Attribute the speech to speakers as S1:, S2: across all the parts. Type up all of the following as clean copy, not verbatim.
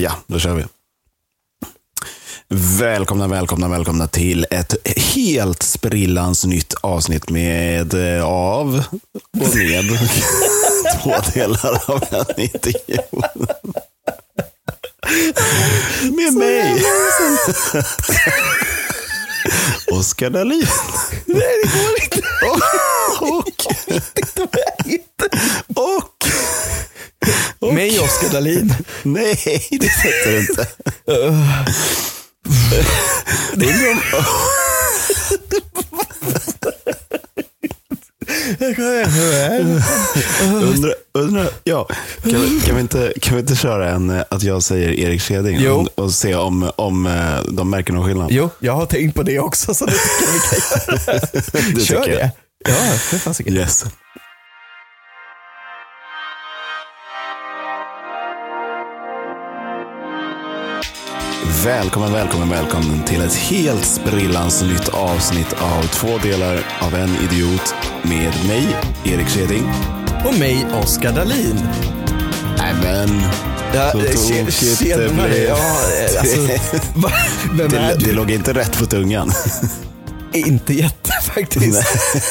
S1: Ja, då kör vi. Välkomna till ett helt sprillans nytt avsnitt av två delar av en intervju. Med mig. Oskar Dahlin.
S2: Nej, det går inte.
S1: Och
S2: mig, Oskar Dahlin.
S1: Nej, det sätter du inte. Ja, kan vi inte köra en att jag säger Erik Skeding och se om de märker någon skillnad?
S2: Jo, jag har tänkt på det också, så det tycker vi kan göra. Kör det. Ja, det är fasiken.
S1: Yes. Välkommen till ett helt sprillans nytt avsnitt av två delar av en idiot med mig, Erik Skeding.
S2: Och mig, Oskar Dahlin.
S1: Nämen.
S2: Ja,
S1: det låg inte rätt på tungan.
S2: Inte jätte faktiskt.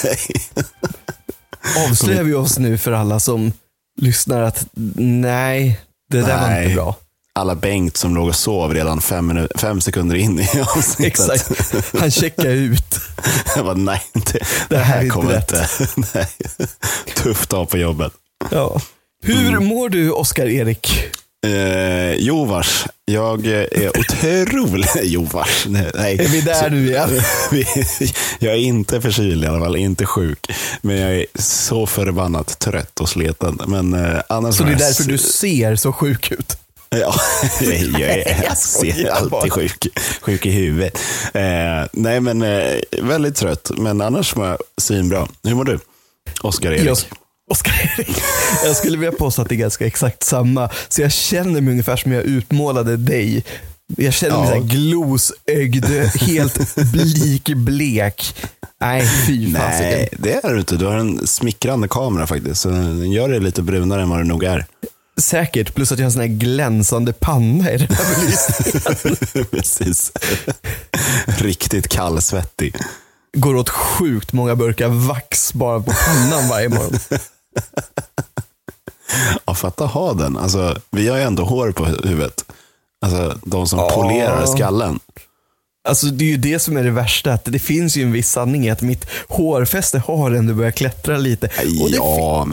S2: Avslöjar vi oss nu för alla som lyssnar att nej, det där var inte bra.
S1: Alla Bengt som låg och sov redan 5 sekunder in i avsnittet.
S2: Exakt, han checkar ut.
S1: Jag bara, nej, det här kommer inte. Nej. Tufft dag på jobbet.
S2: Ja. Hur mår du, Oskar Erik?
S1: Jovars. Jag är otrolig. Jovars. Nej.
S2: Är vi där nu igen?
S1: Jag är inte förkyld i alla fall, inte sjuk. Men jag är så förbannat trött och sleten. Men annars
S2: så det är därför du ser så sjuk ut?
S1: Ja, jag ser alltid sjuk i huvudet. Nej, men väldigt trött. Men annars var jag svinbra. Hur mår du, Oskar Erik?
S2: Oskar Erik. Jag skulle vilja påstå att det är ganska exakt samma. Så jag känner mig ungefär som jag utmålade dig. Jag känner mig så här glosögd, helt blek. Nej, fy fan.
S1: Nej, det är du inte. Du har en smickrande kamera faktiskt. Så den gör det lite brunare än vad det nog är.
S2: Säkert, plus att jag har en sån här glänsande panna i den här belysningen.
S1: Precis. Riktigt kallsvettig.
S2: Går åt sjukt många burkar vax bara på pannan varje morgon.
S1: Ja, fatta ha den. Alltså, vi har ju ändå hår på huvudet. Alltså, de som polerar skallen.
S2: Alltså, det är ju det som är det värsta. Att det finns ju en viss sanning i att mitt hårfäste har ändå börjat klättra lite.
S1: Och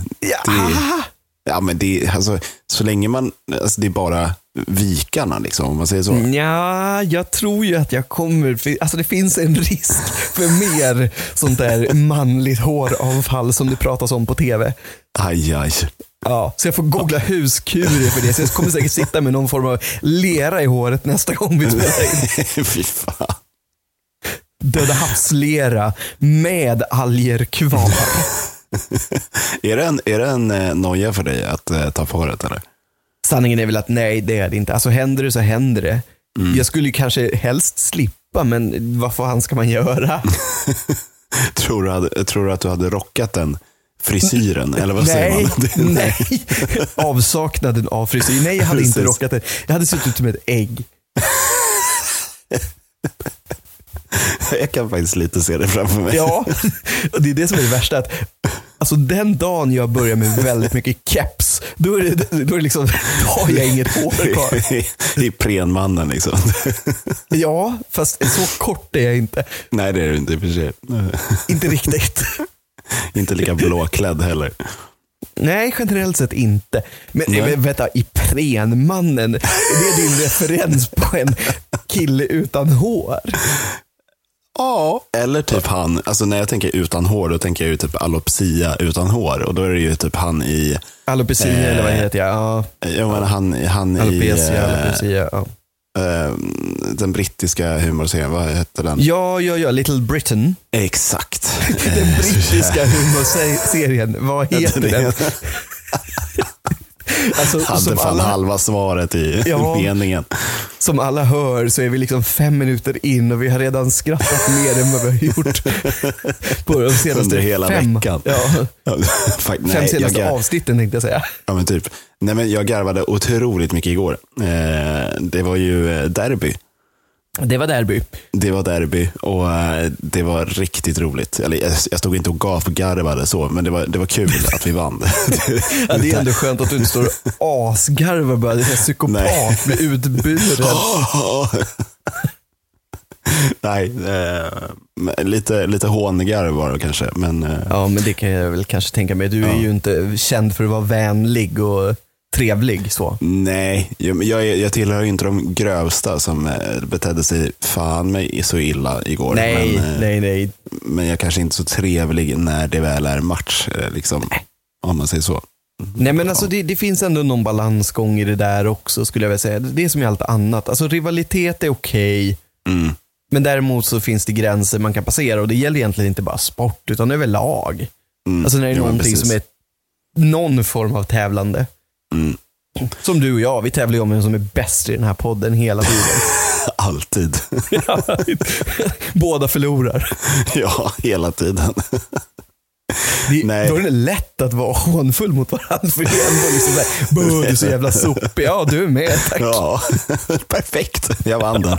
S1: men det, alltså, så länge man, alltså, det är bara vikarna liksom, om man säger så.
S2: Ja, jag tror ju att jag kommer, alltså det finns en risk för mer sånt där manligt håravfall som det pratas om på tv.
S1: Aj.
S2: Ja, så jag får googla huskurer för det. Så jag kommer säkert sitta med någon form av lera i håret nästa gång vi spelar in.
S1: Fy fan.
S2: Döda havslera med alger kvar.
S1: Är det en noja för dig att ta på håret, eller?
S2: Sanningen är väl att nej, det är det inte. Alltså händer det så händer det. Jag skulle ju kanske helst slippa, men vad fan ska man göra?
S1: Tror du att du hade rockat den frisyren? Eller vad säger man?
S2: Nej, avsaknaden av frisyr. Nej, jag hade inte rockat den. Jag hade sett ut som ett ägg.
S1: Jag kan faktiskt lite se det framför mig.
S2: Ja, och det är det som är det värsta. Att, alltså den dagen jag börjar med väldigt mycket keps, då är det liksom, då har jag inget hår kvar.
S1: Det är prenmannen liksom.
S2: Ja, fast så kort är jag inte.
S1: Nej, det är du inte i och för sig.
S2: Inte riktigt.
S1: Inte lika blåklädd heller.
S2: Nej, generellt sett inte. Men vänta, i prenmannen, är det din referens på en kille utan hår?
S1: Ja, eller typ han, alltså när jag tänker utan hår, då tänker jag ju typ alopecia utan hår, och då är det ju typ han i
S2: alopecia eller vad heter jag?
S1: Ja, men han
S2: alopecia, ja.
S1: Den brittiska humorserien, vad heter den?
S2: Ja, Little Britain.
S1: Exakt.
S2: Den brittiska humorserien, vad heter den?
S1: Alltså, hade fan halva svaret i meningen.
S2: som alla hör så är vi liksom 5 minuter in och vi har redan skrattat mer än vad vi har gjort på de senaste
S1: under hela veckan.
S2: Ja.
S1: Nej,
S2: 5 senaste avsnitten tänkte jag säga.
S1: Ja, men typ. Nej, men jag garvade otroligt mycket igår. Det var ju derby.
S2: Det var derby.
S1: Det var derby och det var riktigt roligt. Eller, jag stod inte och gapgarvade så, men det var kul att vi vann.
S2: Ja, det är ändå skönt att du inte står och asgarvar bara. Det är en psykopat med utburen.
S1: Nej, lite hångarv var det kanske. Men,
S2: ja, men det kan jag väl kanske tänka mig. Du är ju inte känd för att vara vänlig och trevlig så.
S1: Nej, jag tillhör ju inte de grövsta som betedde sig fan mig så illa igår.
S2: Nej.
S1: Men jag kanske inte är så trevlig när det väl är match, liksom, om man säger så.
S2: Nej, men alltså det finns ändå någon balansgång i det där också, skulle jag vilja säga. Det är som i allt annat. Alltså rivalitet är okej. Men däremot så finns det gränser man kan passera, och det gäller egentligen inte bara sport utan överlag. Alltså när det är någonting som är någon form av tävlande. Som du och jag, vi tävlar ju om vem som är bäst i den här podden hela tiden.
S1: Alltid.
S2: Båda förlorar.
S1: Ja, hela tiden.
S2: Nej. Då är det lätt att vara hånfull mot varandra, för det är ändå liksom såhär, du är så jävla sopig. Ja, du är med, tack.
S1: Ja, perfekt. Jag vann den.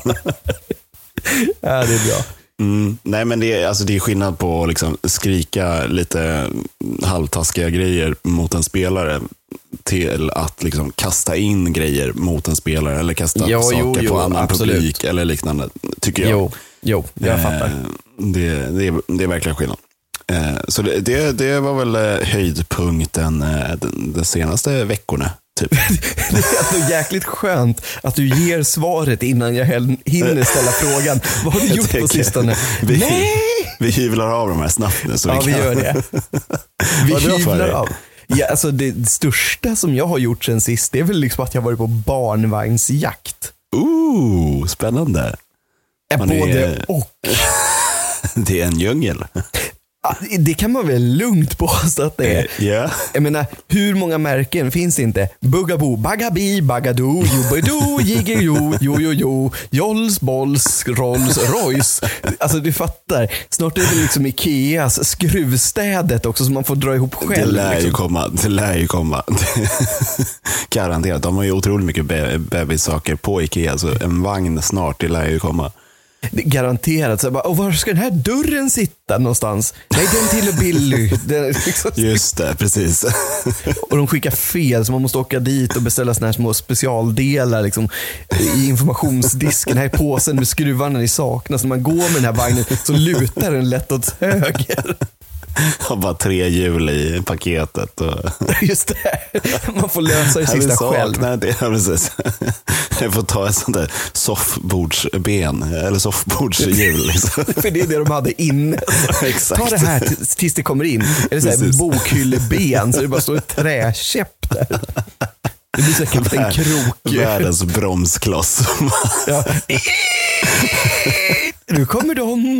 S2: Ja, det är bra.
S1: Nej, men det är skillnad på att liksom skrika lite halvtaskiga grejer mot en spelare till att liksom kasta in grejer mot en spelare eller kasta saker på annan publik eller liknande, tycker jag.
S2: Jo, jag fattar.
S1: Det är verkligen skillnad. Så det var väl höjdpunkten de senaste veckorna. Typ.
S2: Det är ändå jäkligt skönt att du ger svaret innan jag hinner ställa frågan. Vad har du gjort på sistone?
S1: Vi hyvlar av de här snabbt nu. Så
S2: vi gör det. Vi hyvlar av. Ja, alltså det största som jag har gjort sen sist, det är väl liksom att jag varit på barnvagnsjakt.
S1: Spännande.
S2: Både och.
S1: Det är en djungel.
S2: Det kan man väl lugnt påstå att det är.
S1: Yeah.
S2: Jag menar, hur många märken finns inte? Bugaboo, Bagabi, Bagadoo, Jubadoo, Jigejo, Jolls, Bolls, Rolls, Royce. Alltså du fattar. Snart är det liksom Ikeas skruvstädet också som man får dra ihop själv.
S1: Det lär ju komma. Garanterat. De har ju otroligt mycket bebissaker på Ikea, så en vagn snart, det lär ju komma.
S2: Garanterat. Så bara, och var ska den här dörren sitta någonstans? Nej, den till Billy. Liksom.
S1: Just det, precis.
S2: Och de skickar fel, så man måste åka dit och beställa såna här små specialdelar liksom, i informationsdisken. Här är påsen med skruvarna ni saknas. När man går med den här vagnen så lutar den lätt åt höger.
S1: Har bara 3 hjul i paketet. Och...
S2: Just det. Man får lösa det sista själv.
S1: Nej, det är precis. Jag får ta ett sånt där soffbordsben eller soffbordshjul. Liksom.
S2: För det är det de hade inne.
S1: Exakt.
S2: Ta det här tills det kommer in. Eller så här bokhylleben, så det bara står ett träkäpp där. Det blir säkert en krok.
S1: Världens bromskloss.
S2: Ja. Nu kommer de.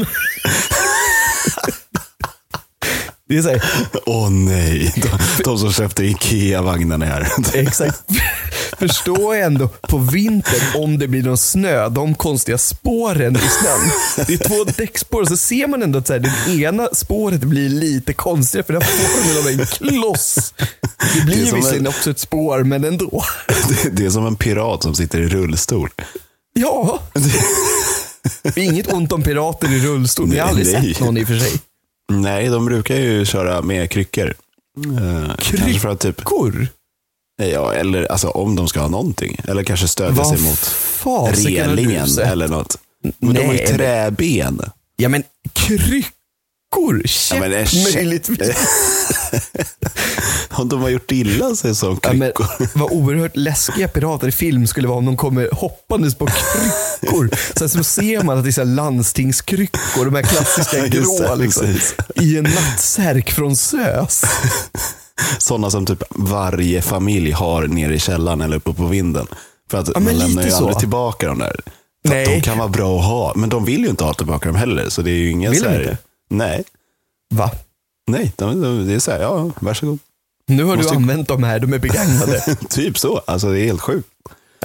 S2: Det är så här.
S1: Åh nej, de som köpte Ikea-vagnen här.
S2: Exakt. Förstår jag ändå på vintern om det blir någon snö, de konstiga spåren i snön. Det är 2 däckspår, så ser man ändå att så här, det ena spåret blir lite konstigare för det har formen av en kloss. Det blir ju visserligen också ett spår, men ändå.
S1: Det är som en pirat som sitter i rullstol.
S2: Ja. Det är inget ont om pirater i rullstol. Jag har aldrig sett någon i och för sig.
S1: Nej, de brukar ju köra med kryckor.
S2: Kryckor?
S1: För att typ, ja, eller alltså om de ska ha någonting. Eller kanske stödja sig mot relingen eller något. Men de har ju träben.
S2: Ja, men kryckor? Möjligtvis.
S1: Om de har gjort illa sig som kryckor.
S2: Ja, vad oerhört läskiga pirater i film skulle vara om de kommer hoppandes på kryckor. Så ser man att det är så här landstingskryckor, de här klassiska grå liksom, i en nattsärk från SÖS.
S1: Sådana som typ varje familj har nere i källaren eller uppe på vinden. För att man lämnar ju aldrig tillbaka dem där. För att de kan vara bra att ha, men de vill ju inte ha tillbaka dem heller. Så det är ju ingen
S2: vill
S1: så här...
S2: inte?
S1: Nej.
S2: Va?
S1: Nej, det är så här, varsågod.
S2: Nu har du använt de här, de är begagnade.
S1: Typ så, alltså det är helt sjukt.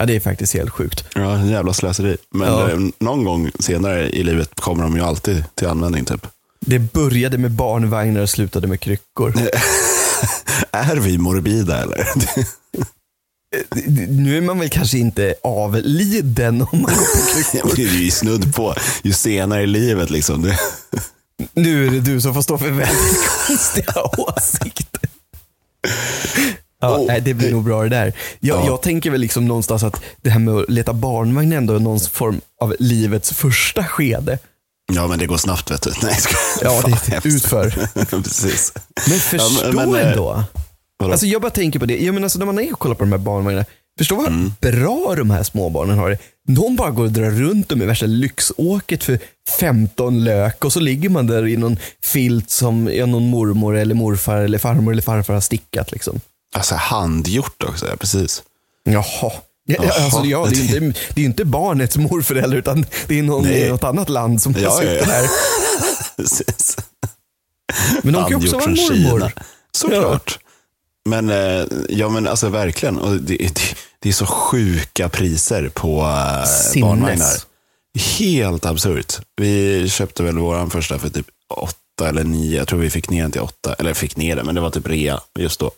S2: Ja, det är faktiskt helt sjukt.
S1: Ja, en jävla slöseri. Men någon gång senare i livet kommer de ju alltid till användning typ.
S2: Det började med barnvagnar och slutade med kryckor.
S1: Är vi morbida eller?
S2: Nu är man väl kanske inte avliden om man går på kryckor.
S1: Det är ju snudd på ju senare i livet liksom.
S2: Nu är det du som får stå för väldigt konstiga åsikter. Ja, nej, det blir nog bra det där. Jag tänker väl liksom någonstans att det här med att leta barnvagn ändå är någon form av livets första skede.
S1: Ja, men det går snabbt vet du. Nej,
S2: ja, det är utför.
S1: Precis.
S2: Men förstå ändå. Alltså jag bara tänker på det. Jag menar, alltså, när man är och kollar på de här barnvagnarna, förstå vad bra de här småbarnen har det. De bara går och drar runt dem i värsta lyxåket för 15 lök och så ligger man där i någon filt som någon mormor eller morfar eller farmor eller farfar har stickat liksom.
S1: Alltså handgjort också, ja, precis.
S2: Jaha. Alltså, ja, det är ju inte barnets morförälder utan det är någon i något annat land som har suttit här.
S1: Precis.
S2: Men de kan också vara mormor.
S1: Såklart. Ja. Men alltså verkligen. Och det är så sjuka priser på barnvagnar. Helt absurt. Vi köpte väl våran första för typ 8 eller 9. Jag tror vi fick ner den till 8. Eller fick ner den, men det var typ rea just då.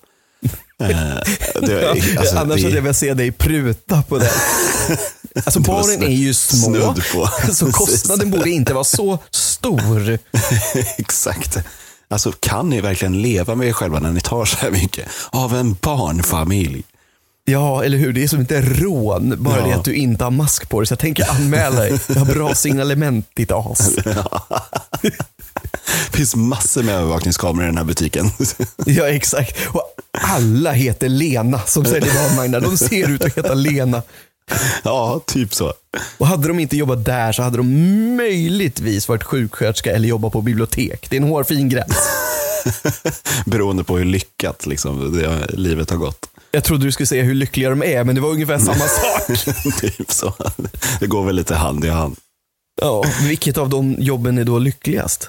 S2: Annars hade jag väl se dig pruta på det. Alltså barnen är ju små, så kostnaden borde inte vara så stor.
S1: Exakt. Alltså kan ni verkligen leva med er själva när ni tar så här mycket av en barnfamilj?
S2: Ja, eller hur? Det är som inte rån, bara det att du inte har mask på dig. Så jag tänker anmäla dig. Jag har bra signalement, ditt as.
S1: Det finns massor med övervakningskameror i den här butiken.
S2: Ja, exakt. Och alla heter Lena som säljer barnvagnar. De ser ut att heta Lena.
S1: Ja, typ så.
S2: Och hade de inte jobbat där så hade de möjligtvis varit sjuksköterska eller jobbat på bibliotek. Det är en hårfin gräns.
S1: Beroende på hur lyckat liksom, livet har gått.
S2: Jag trodde du skulle säga hur lyckliga de är, men det var ungefär samma sak.
S1: Typ så. Det går väl lite hand i hand.
S2: Ja, vilket av de jobben är då lyckligast?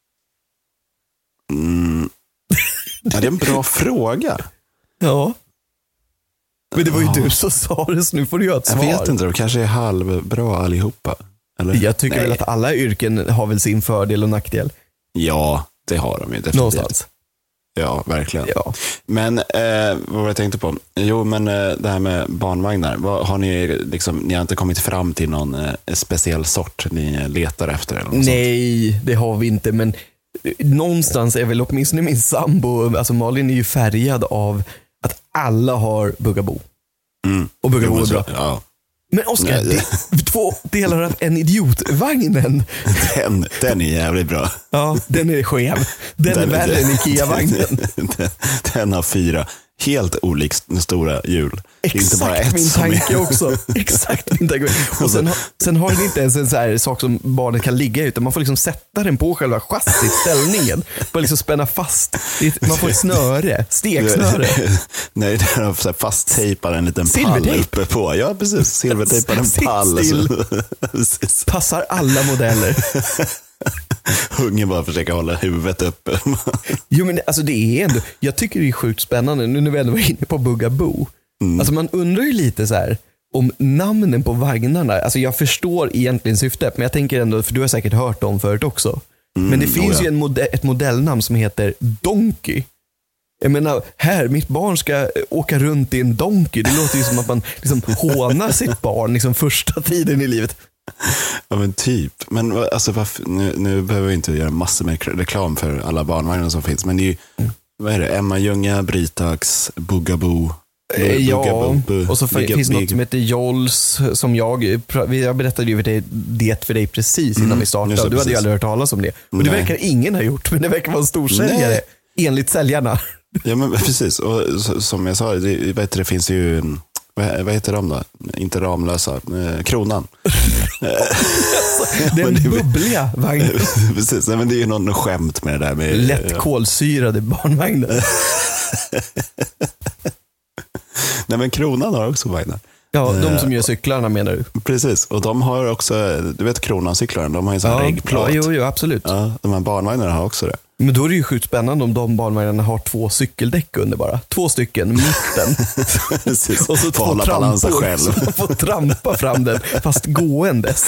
S1: Ja, det är en bra fråga.
S2: Ja. Men det var ju du som sa det, så nu får du göra ett svar.
S1: Jag vet inte, de kanske är halvbra allihopa. Eller?
S2: Jag tycker väl att alla yrken har väl sin fördel och nackdel.
S1: Ja, det har de ju definitivt.
S2: Någonstans.
S1: Ja, verkligen.
S2: Ja.
S1: Men vad var jag tänkte på? Jo, men det här med barnvagnar. Har ni liksom, ni har inte kommit fram till någon speciell sort ni letar efter? Eller något sånt?
S2: Det har vi inte, men någonstans är väl åtminstone min sambo, alltså Malin är ju färgad av att alla har Bugaboo. Och Bugaboo är bra.
S1: Ja.
S2: Men Oskar, det är 2 delar av en idiotvagnen.
S1: Den är jävligt bra.
S2: Ja, den är skev. Den är värre än Ikea-vagnen.
S1: Den har 4 helt olikt stora hjul.
S2: Exakt inte bara ett min tanke också. Exakt min tanke. Och sen har den inte ens en så här sak som barnet kan ligga i, utan man får liksom sätta den på själva chassit, ställningen. Bara liksom spänna fast. Man får ett snöre, steksnöre.
S1: Nej, den har så här fasttejpar en liten pall uppe på. Ja, precis. Silvertejpar en pall.
S2: Passar alla modeller.
S1: Ungen bara försöker hålla huvudet uppe.
S2: Jo, men alltså det är ändå, jag tycker det är sjukt spännande nu när vi ändå var inne på Bugaboo. Alltså man undrar ju lite så här om namnen på vagnarna. Alltså jag förstår egentligen syftet, men jag tänker ändå, för du har säkert hört dem förut också. Men det finns ju ett modellnamn som heter Donkey. Jag menar, mitt barn ska åka runt i en Donkey. Det låter ju som att man liksom hånar sitt barn liksom första tiden i livet.
S1: Ja, men typ. Men alltså, nu behöver vi inte göra massor med reklam för alla barnvagnar som finns. Men det är ju, vad är det? Emma Ljunga, Britax, Bugaboo.
S2: Ja, och så finns något som heter Jols, som jag berättade ju det för dig precis innan vi startade. Och du hade ju aldrig hört talas om det. Och det verkar ingen ha gjort, men det verkar vara en stor säljare enligt säljarna. Ja,
S1: men precis. Och som jag sa, det finns ju... Vad heter de då? Inte Ramlösa. Kronan.
S2: Den bubbliga vagnen.
S1: Precis, men det är ju någon skämt med det där. Med,
S2: lätt kolsyrade barnvagnar.
S1: Nej, men Kronan har också vagnar.
S2: Ja, de som gör cyklarna menar du?
S1: Precis, och de har också, du vet Kronan-cyklarna, de har ju en sån här reggplåt.
S2: Ja, jo, absolut.
S1: Ja, de här barnvagnarna har också det.
S2: Men då är det ju sjukt spännande om de barnvagnarna har 2 cykeldäck under bara. 2 stycken, mitten. Och så 2 trampor själv. Så man får trampa fram den, fast gåendes.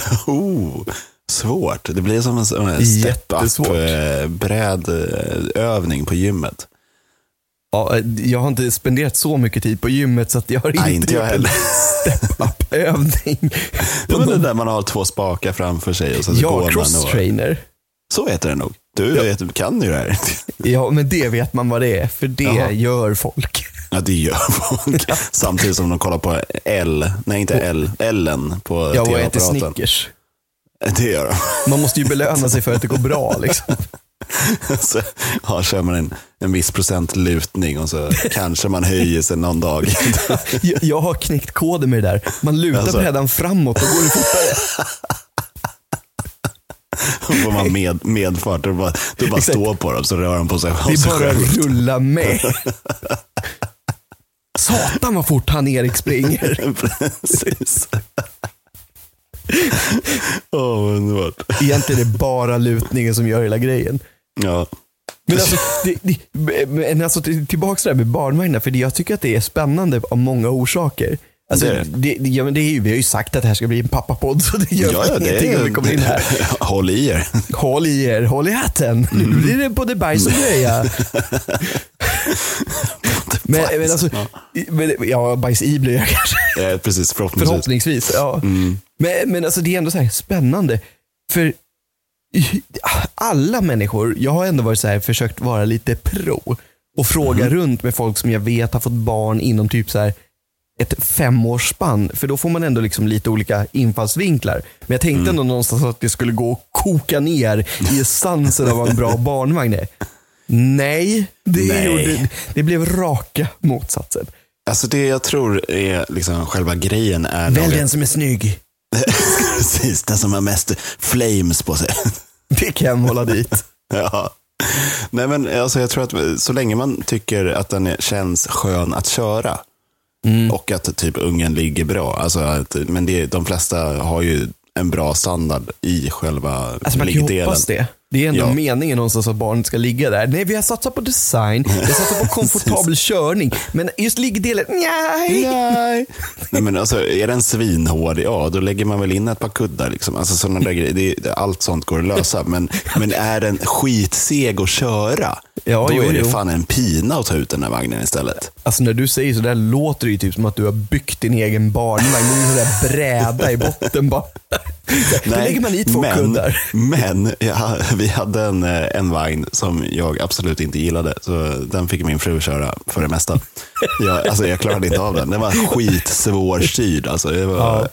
S1: Svårt. Det blir som en step-up brädövning på gymmet.
S2: Ja, jag har inte spenderat så mycket tid på gymmet så att jag har inte gjort en step-up-övning.
S1: Det är där man har 2 spakar framför sig. Och så går
S2: cross-trainer.
S1: Så heter det nog. Du kan ju det här.
S2: Ja, men det vet man vad det är. För det gör folk.
S1: Ja, det gör folk. Samtidigt som de kollar på Ellen på
S2: TV-apparaten. Ja, och äter Snickers.
S1: Det gör de.
S2: Man måste ju belöna sig för att det går bra liksom.
S1: Så kör man en viss procent lutning och så kanske man höjer sig någon dag.
S2: Jag har knäckt koden med det där. Man lutar brädan framåt och går det fortare.
S1: Då får man medfart. Du bara står på dem så rör de på sig.
S2: Det är bara att rulla med. Satan vad fort han Erik springer.
S1: Precis. Underbart.
S2: Egentligen är det bara lutningen som gör hela grejen.
S1: Ja.
S2: Men alltså tillbaka där med barnvagnar, för jag tycker att det är spännande av många orsaker. Alltså, vi har ju sagt att det här ska bli en pappapodd, så det gör ingenting om vi kommer in här.
S1: Håll i er.
S2: Håll i hatten. Nu blir det både bajs och greja. Men alltså, bajs i blir jag kanske.
S1: Ja, precis, förhoppningsvis.
S2: Ja. Men alltså det är ändå så här spännande. För alla människor, jag har ändå varit så här, försökt vara lite pro och fråga runt med folk som jag vet har fått barn inom typ så här ett 5-årsspann, för då får man ändå liksom lite olika infallsvinklar. Men jag tänkte ändå någonstans att det skulle gå att koka ner i essensen av en bra barnvagn. Nej, det blev raka motsatsen.
S1: Alltså det jag tror är liksom själva grejen är...
S2: Välj den som är snygg.
S1: Precis, den som har mest flames på sig.
S2: Det kan jag hålla dit.
S1: Ja. Nej, men alltså jag tror att så länge man tycker att den känns skön att köra och att typ ungen ligger bra. Alltså men de flesta har ju en bra standard i själva
S2: alltså man kan ju hoppas det. Det är ändå meningen någonstans att barnet ska ligga där. Nej, vi har satsat på design. Vi har satsat på komfortabel körning. Men just liggdelen, nej.
S1: Nej, men alltså, är den svinhård, då lägger man väl in ett par kuddar. Liksom. Alltså, sådana där grejer, allt sånt går att lösa. Men är den skitseg att köra, då är det fan en pina att ta ut den här vagnen istället.
S2: Alltså när du säger så där låter det ju typ som att du har byggt din egen barnvagn. Det är så där bräda i botten bara. Då lägger man i 2 kuddar.
S1: Men vi hade en vagn som jag absolut inte gillade. Så den fick min fru köra för det mesta. Jag klarade inte av den. Den var skitsvårstyrd. Alltså, det var,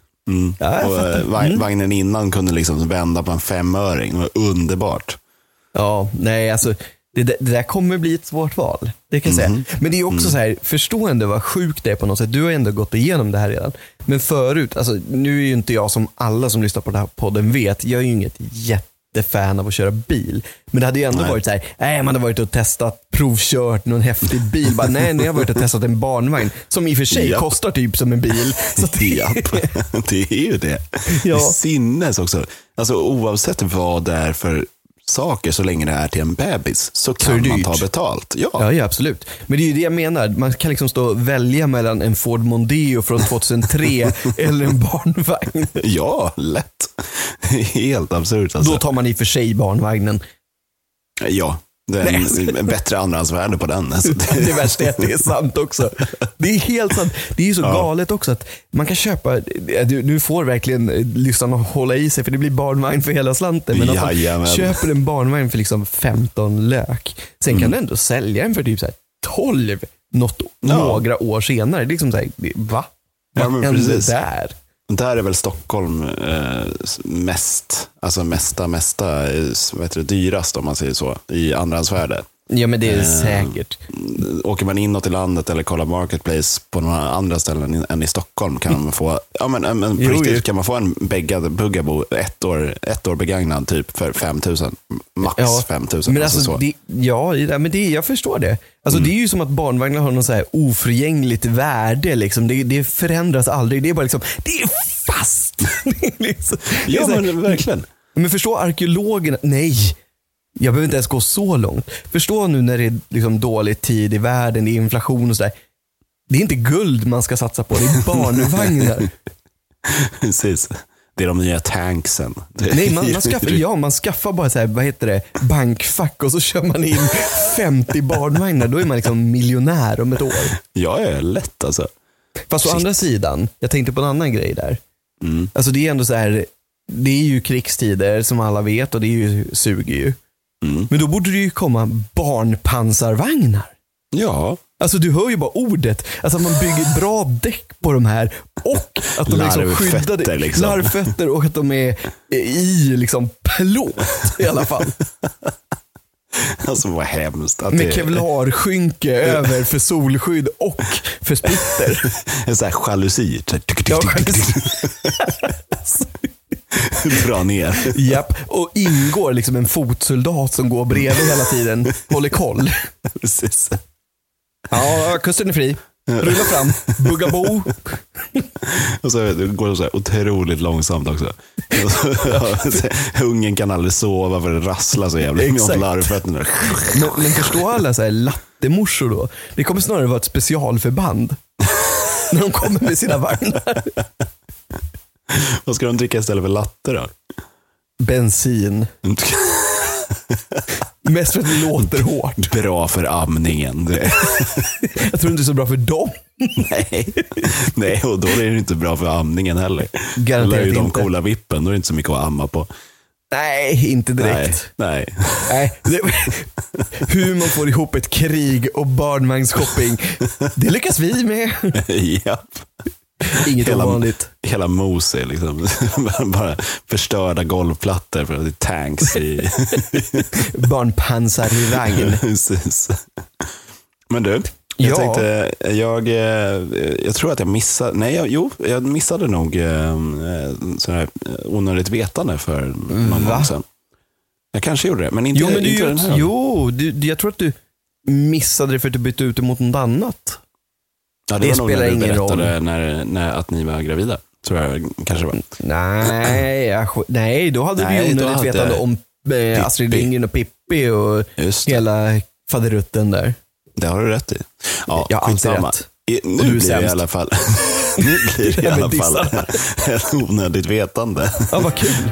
S1: vagnen innan kunde liksom vända på en 5-öring. Det var underbart.
S2: Ja, nej alltså det där kommer bli ett svårt val. Det kan jag säga. Men det är också så här, förstående vad sjukt det är på något sätt. Du har ändå gått igenom det här redan. Men förut, alltså nu är ju inte jag som alla som lyssnar på den här podden vet. Jag är ju inget jättefan av att köra bil. Men det hade ju ändå varit så här, man hade varit och testat, provkört någon häftig bil. Bara, nej, jag har varit och testat en barnvagn som i och för sig kostar typ som en bil. Så
S1: det är ju det. Det är sinnes också. Alltså oavsett vad det är för saker, så länge det är till en bebis, så kan man ta betalt. Ja,
S2: absolut. Men det är ju det jag menar. Man kan liksom stå och välja mellan en Ford Mondeo från 2003 eller en barnvagn.
S1: Ja, lätt. Helt absurt. Alltså.
S2: Då tar man i och för sig barnvagnen.
S1: Ja, det är en bättre andrahandsvärde på den. Alltså.
S2: Det värsta är att det är sant också. Det är helt sant. Det är ju så galet också att man kan köpa, du får verkligen lyssna och hålla i sig, för det blir barnvagn för hela slanten. Men att man köper en barnvagn för liksom 15 lök. Sen kan du ändå sälja den för typ så här 12 några år senare. Det är liksom så här, va? Vad händer där?
S1: Där är väl Stockholm mest dyrast, om man säger så, i andrahandsvärde.
S2: Ja, men det är säkert.
S1: Åker man inåt i landet eller kollar Marketplace på några andra ställen än i Stockholm kan man få, kan man få en bäggad Bugabo ett år begagnad typ för 5 000, max 5 000.
S2: Men alltså så. Jag förstår det. Alltså det är ju som att barnvagnar har någon så här oförgängligt värde liksom. Det förändras aldrig. Det är bara liksom, det är fast.
S1: Men verkligen.
S2: Men förstå arkeologerna, nej. Jag behöver inte ens gå så långt. Förstå nu när det är liksom dålig tid i världen, det är inflation och sådär. Det är inte guld man ska satsa på, det är barnvagnar.
S1: Precis. Det är de nya tanksen.
S2: Nej, man skaffar bara så här, vad heter det, bankfack och så kör man in 50 barnvagnar. Då är man liksom miljonär om ett år.
S1: Ja, är lätt alltså.
S2: Fast å andra sidan, jag tänkte på en annan grej där. Alltså det är ändå så här, det är ju krigstider som alla vet och det är ju, suger ju. Men då borde det ju komma barnpansarvagnar.
S1: Ja.
S2: Alltså du hör ju bara ordet. Alltså att man bygger bra däck på de här och att de är liksom skyddade.
S1: Liksom.
S2: Larvfötter och att de är i liksom plåt i alla fall.
S1: Alltså vad hemskt.
S2: Med kevlarskynke över för solskydd och för splitter.
S1: En sån här jalusi. Dra ner.
S2: Japp, och ingår liksom en fotsoldat som går bredvid hela tiden. Håller koll.
S1: Precis.
S2: Ja, kusten är fri. Rulla fram, bugga bo.
S1: Och så går det så här otroligt långsamt också. Ungen kan aldrig sova för det rasslar så jävligt med larvfötterna.
S2: Men förstå alla så här lattemorsor då. Det kommer snarare vara ett specialförband. När de kommer med sina vagnar.
S1: Vad ska de dricka istället för latte då?
S2: Bensin. Mest för att det låter hårt.
S1: Bra för amningen.
S2: Jag tror inte det är så bra för dem.
S1: Nej, och då är det inte bra för amningen heller.
S2: Garanterat
S1: är ju de
S2: inte.
S1: coola vippen, då är det inte så mycket att amma på.
S2: Nej, inte direkt.
S1: Nej.
S2: Hur man får ihop ett krig och barnvagnsshopping, det lyckas vi med.
S1: Japp.
S2: Inget ovanligt.
S1: Hela mos är liksom bara förstörda golvplattor för att det är tanks i
S2: barnpansar i vagn.
S1: Precis. Men du, jag tänkte, jag tror att jag missade, jag missade nog sån här onödigt vetande för någon gång sedan. Jag kanske gjorde det, men inte, inte den här.
S2: Jag tror att du missade det för att du bytte ut det mot något annat.
S1: Ja, det spelar ingen roll. När att ni var gravida, tror jag kanske var.
S2: Nej, då hade vi onödigt vetande om Astrid Lindgren och Pippi och hela faderutten där.
S1: Det har du rätt i. Ja,
S2: jag har alltid rätt.
S1: Nu blir det i alla fall ett onödigt vetande.
S2: Ja, vad kul.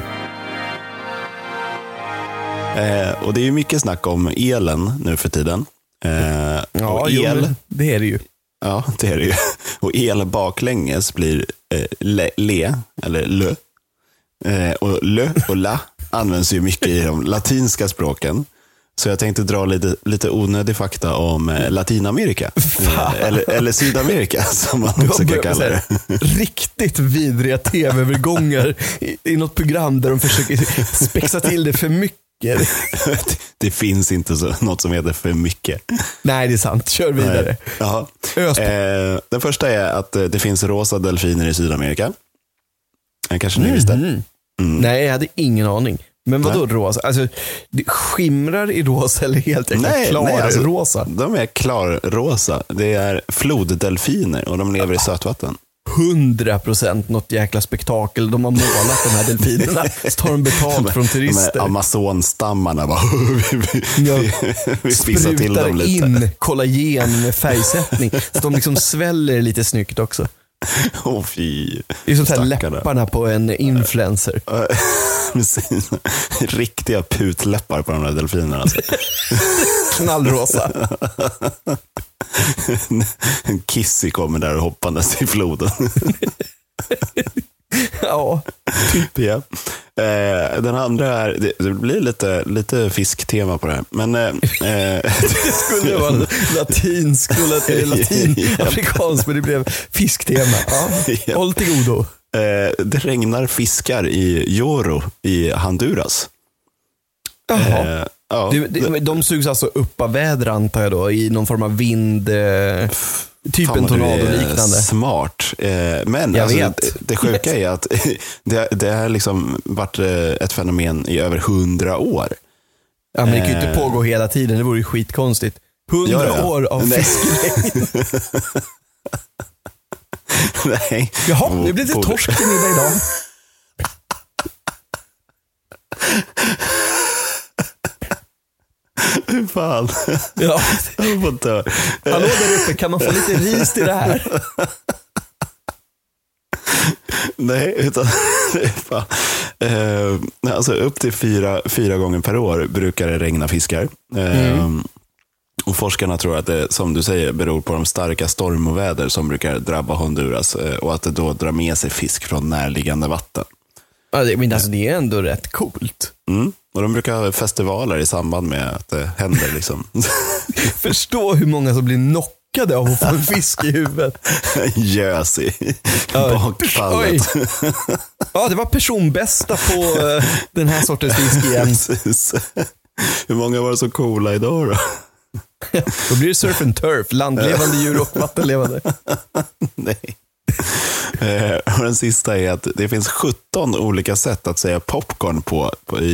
S1: Och det är ju mycket snack om elen nu för tiden.
S2: Ja, el, det är det ju.
S1: Ja, det är det ju. Och el baklänges blir le, eller lö. Och lö och la används ju mycket i de latinska språken. Så jag tänkte dra lite onödig fakta om Latinamerika. Eller Sydamerika, som man också kan kalla det.
S2: Riktigt vidriga tv-övergångar i något program där de försöker spexa till det för mycket.
S1: Det finns inte något som heter för mycket.
S2: Nej, det är sant. Kör vidare.
S1: Den första är att det finns rosa delfiner i Sydamerika. Kanske ni visste?
S2: Nej, jag hade ingen aning. Men vadå rosa? Alltså, det skimrar i rosa eller helt enkelt rosa?
S1: De är klarrosa. Det är floddelfiner och de lever i sötvatten.
S2: 100% något jäkla spektakel. De har målat de här delfinerna. Så tar de betalt från turister.
S1: De här Amazonstammarna bara, vi spissar till dem lite.
S2: In kollagen med färgsättning. Så de liksom sväller lite snyggt också.
S1: Fy.
S2: Det är sånt här läpparna på en influencer.
S1: Riktiga putläppar på de där delfinerna. Alltså.
S2: Knallrosa.
S1: En Kissy kommer där och hoppandes i floden.
S2: Ja.
S1: Typ, ja. Den andra är, det blir lite fisktema på det här. Men,
S2: det skulle vara latinafrikanskt, men det blev fisktema. Ja. Håll till godo.
S1: Det regnar fiskar i Joro i Honduras.
S2: Jaha. De sugs alltså upp av väder, antar jag då, i någon form av vind, typ en tornado-liknande.
S1: Smart. Men alltså, det sjuka är att det har liksom varit ett fenomen i över 100 år.
S2: Ja, men det kan ju inte pågå hela tiden, det vore ju skitkonstigt. 100 år av fiskregn.
S1: Nej.
S2: Jaha, det blir lite torsk till middag idag.
S1: Fy fan.
S2: Ja.
S1: Jag får dö.
S2: Hallå där uppe, kan man få lite ris till det här?
S1: Nej, utan fan. Alltså upp till fyra gånger per år brukar det regna fiskar. Och forskarna tror att det, som du säger, beror på de starka stormoväder som brukar drabba Honduras och att det då drar med sig fisk från närliggande vatten.
S2: Ja, men alltså, det är ändå rätt coolt.
S1: Och de brukar ha festivaler i samband med att det händer liksom.
S2: Förstå hur många som blir knockade av att få en fisk i huvudet.
S1: Gös i bakfallet.
S2: Ja, det var personbästa på den här sortens fisk igen.
S1: Precis. Hur många var det så coola idag då?
S2: Då blir det surf and turf, landlevande djur och vattenlevande.
S1: Nej. Och den sista är att det finns 17 olika sätt att säga popcorn på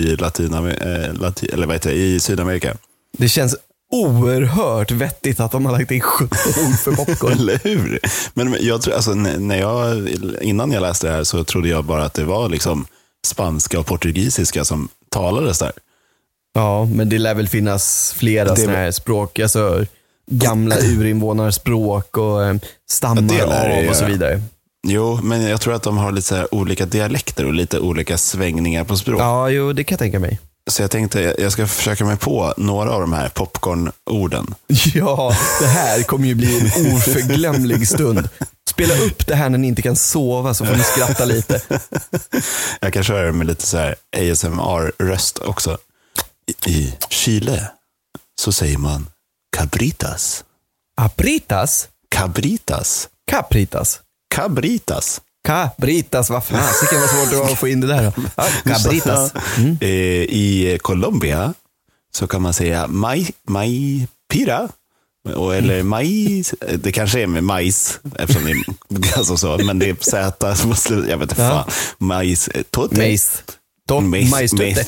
S1: i Sydamerika.
S2: Det känns oerhört vettigt att de har lagt in 17 ord för popcorn.
S1: Eller hur? Men jag tror, alltså, innan jag läste det här så trodde jag bara att det var liksom spanska och portugisiska som talades där.
S2: Ja, men det lär väl finnas flera sådana här språk, alltså gamla urinvånarspråk och stammar av och så vidare.
S1: Jo, men jag tror att de har lite så här olika dialekter och lite olika svängningar på språk.
S2: Ja, jo, det kan jag tänka mig.
S1: Så jag tänkte, jag ska försöka mig på några av de här popcorn-orden.
S2: Ja, det här kommer ju bli en oförglömlig stund. Spela upp det här när ni inte kan sova så får ni skratta lite.
S1: Jag kan köra det med lite så här ASMR-röst också. I Chile så säger man cabritas.
S2: Apritas?
S1: Cabritas.
S2: Capritas?
S1: Cabritas.
S2: Cabritas, vad fan? Det kan vara svårt att få in det där då. Ja, cabritas.
S1: I Colombia så kan man säga maipira. Eller majs. Det kanske är med majs eftersom det är alltså så, men det är Z som måste, jag vet inte fan. Majs tote.
S2: Majs tote.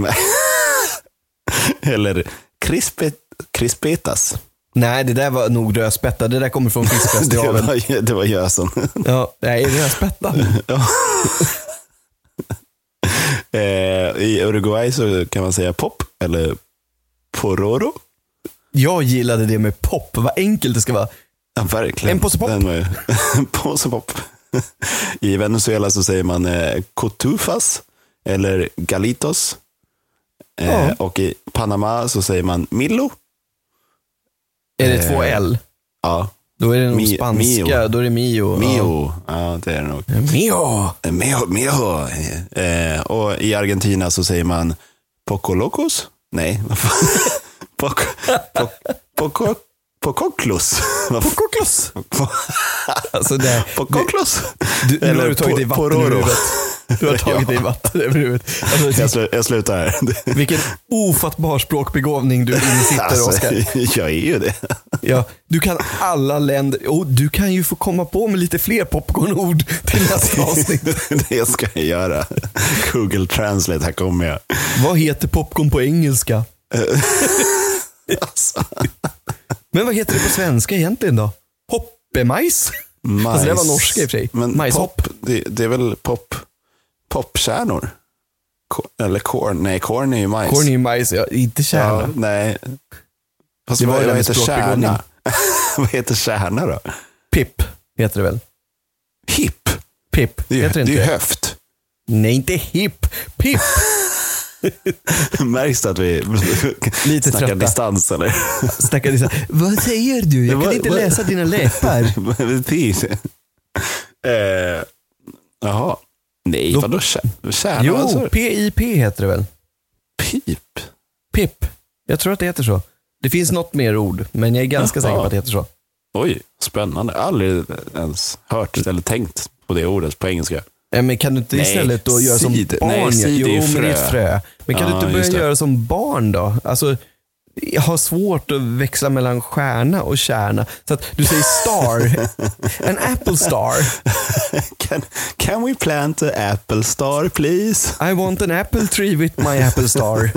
S1: Eller crispetas.
S2: Nej, det där var nog rödspätta. Det där kommer från fiskfestivalen.
S1: det var gösen.
S2: Ja, nej, rödspätta.
S1: Ja. I Uruguay så kan man säga pop eller pororo.
S2: Jag gillade det med pop. Vad enkelt det ska vara.
S1: Ja, verkligen.
S2: En påse pop.
S1: En påse pop. I Venezuela så säger man cotufas eller galitos. Och i Panama så säger man Milo.
S2: Är det 2 L?
S1: Ja.
S2: Då är det nog spanska. Mio. Då är det Mio.
S1: Mio. Ja, det är det nog. Mio. Och i Argentina så säger man Poco Locos. Nej, vad fan. Pococlos.
S2: Pococlos. Alltså det.
S1: Pococlos.
S2: Nu har du tagit i vatten över huvudet. Du har tagit i vatten över huvudet. Alltså,
S1: jag slutar här.
S2: Vilken ofattbar språkbegåvning du insitter, alltså, Oskar.
S1: Jag är ju det.
S2: Ja, du kan alla länder. Och du kan ju få komma på med lite fler popcornord till nästa avsnitt.
S1: Det ska jag göra. Google Translate, här kommer jag.
S2: Vad heter popcorn på engelska?
S1: Alltså.
S2: Men vad heter det på svenska egentligen då? Hoppemajs? Alltså det var norska i och för sig.
S1: Men
S2: majshopp.
S1: Det är väl popkärnor? Eller korn? Nej, korn är ju majs.
S2: Korn är ju majs, ja, inte kärna.
S1: Ja, nej. Fast
S2: det var
S1: vad heter kärna? Vad heter kärna då?
S2: Pip heter det väl?
S1: Hip?
S2: Pip, heter det inte?
S1: Det är ju höft.
S2: Nej, inte hip. Pip.
S1: Märks det att vi
S2: lite
S1: snackar
S2: trötta.
S1: Distans eller?
S2: Snackar distans. Vad säger du? Jag kan inte läsa dina läppar.
S1: Jaha. Nej, vadå kärna?
S2: Jo, PIP heter det väl?
S1: Pip?
S2: Pip. Jag tror att det heter så. Det finns något mer ord, men jag är ganska säker på att det heter så.
S1: Oj, spännande. Aldrig ens hört eller tänkt på det ordet på engelska.
S2: Men kan du inte istället då göra som barn?
S1: Nej,
S2: jo, men det är frö. Men kan du inte börja göra som barn då? Alltså, jag har svårt att växla mellan stjärna och kärna. Så att du säger star. An apple star.
S1: Can we plant an apple star, please?
S2: I want an apple tree with my apple star.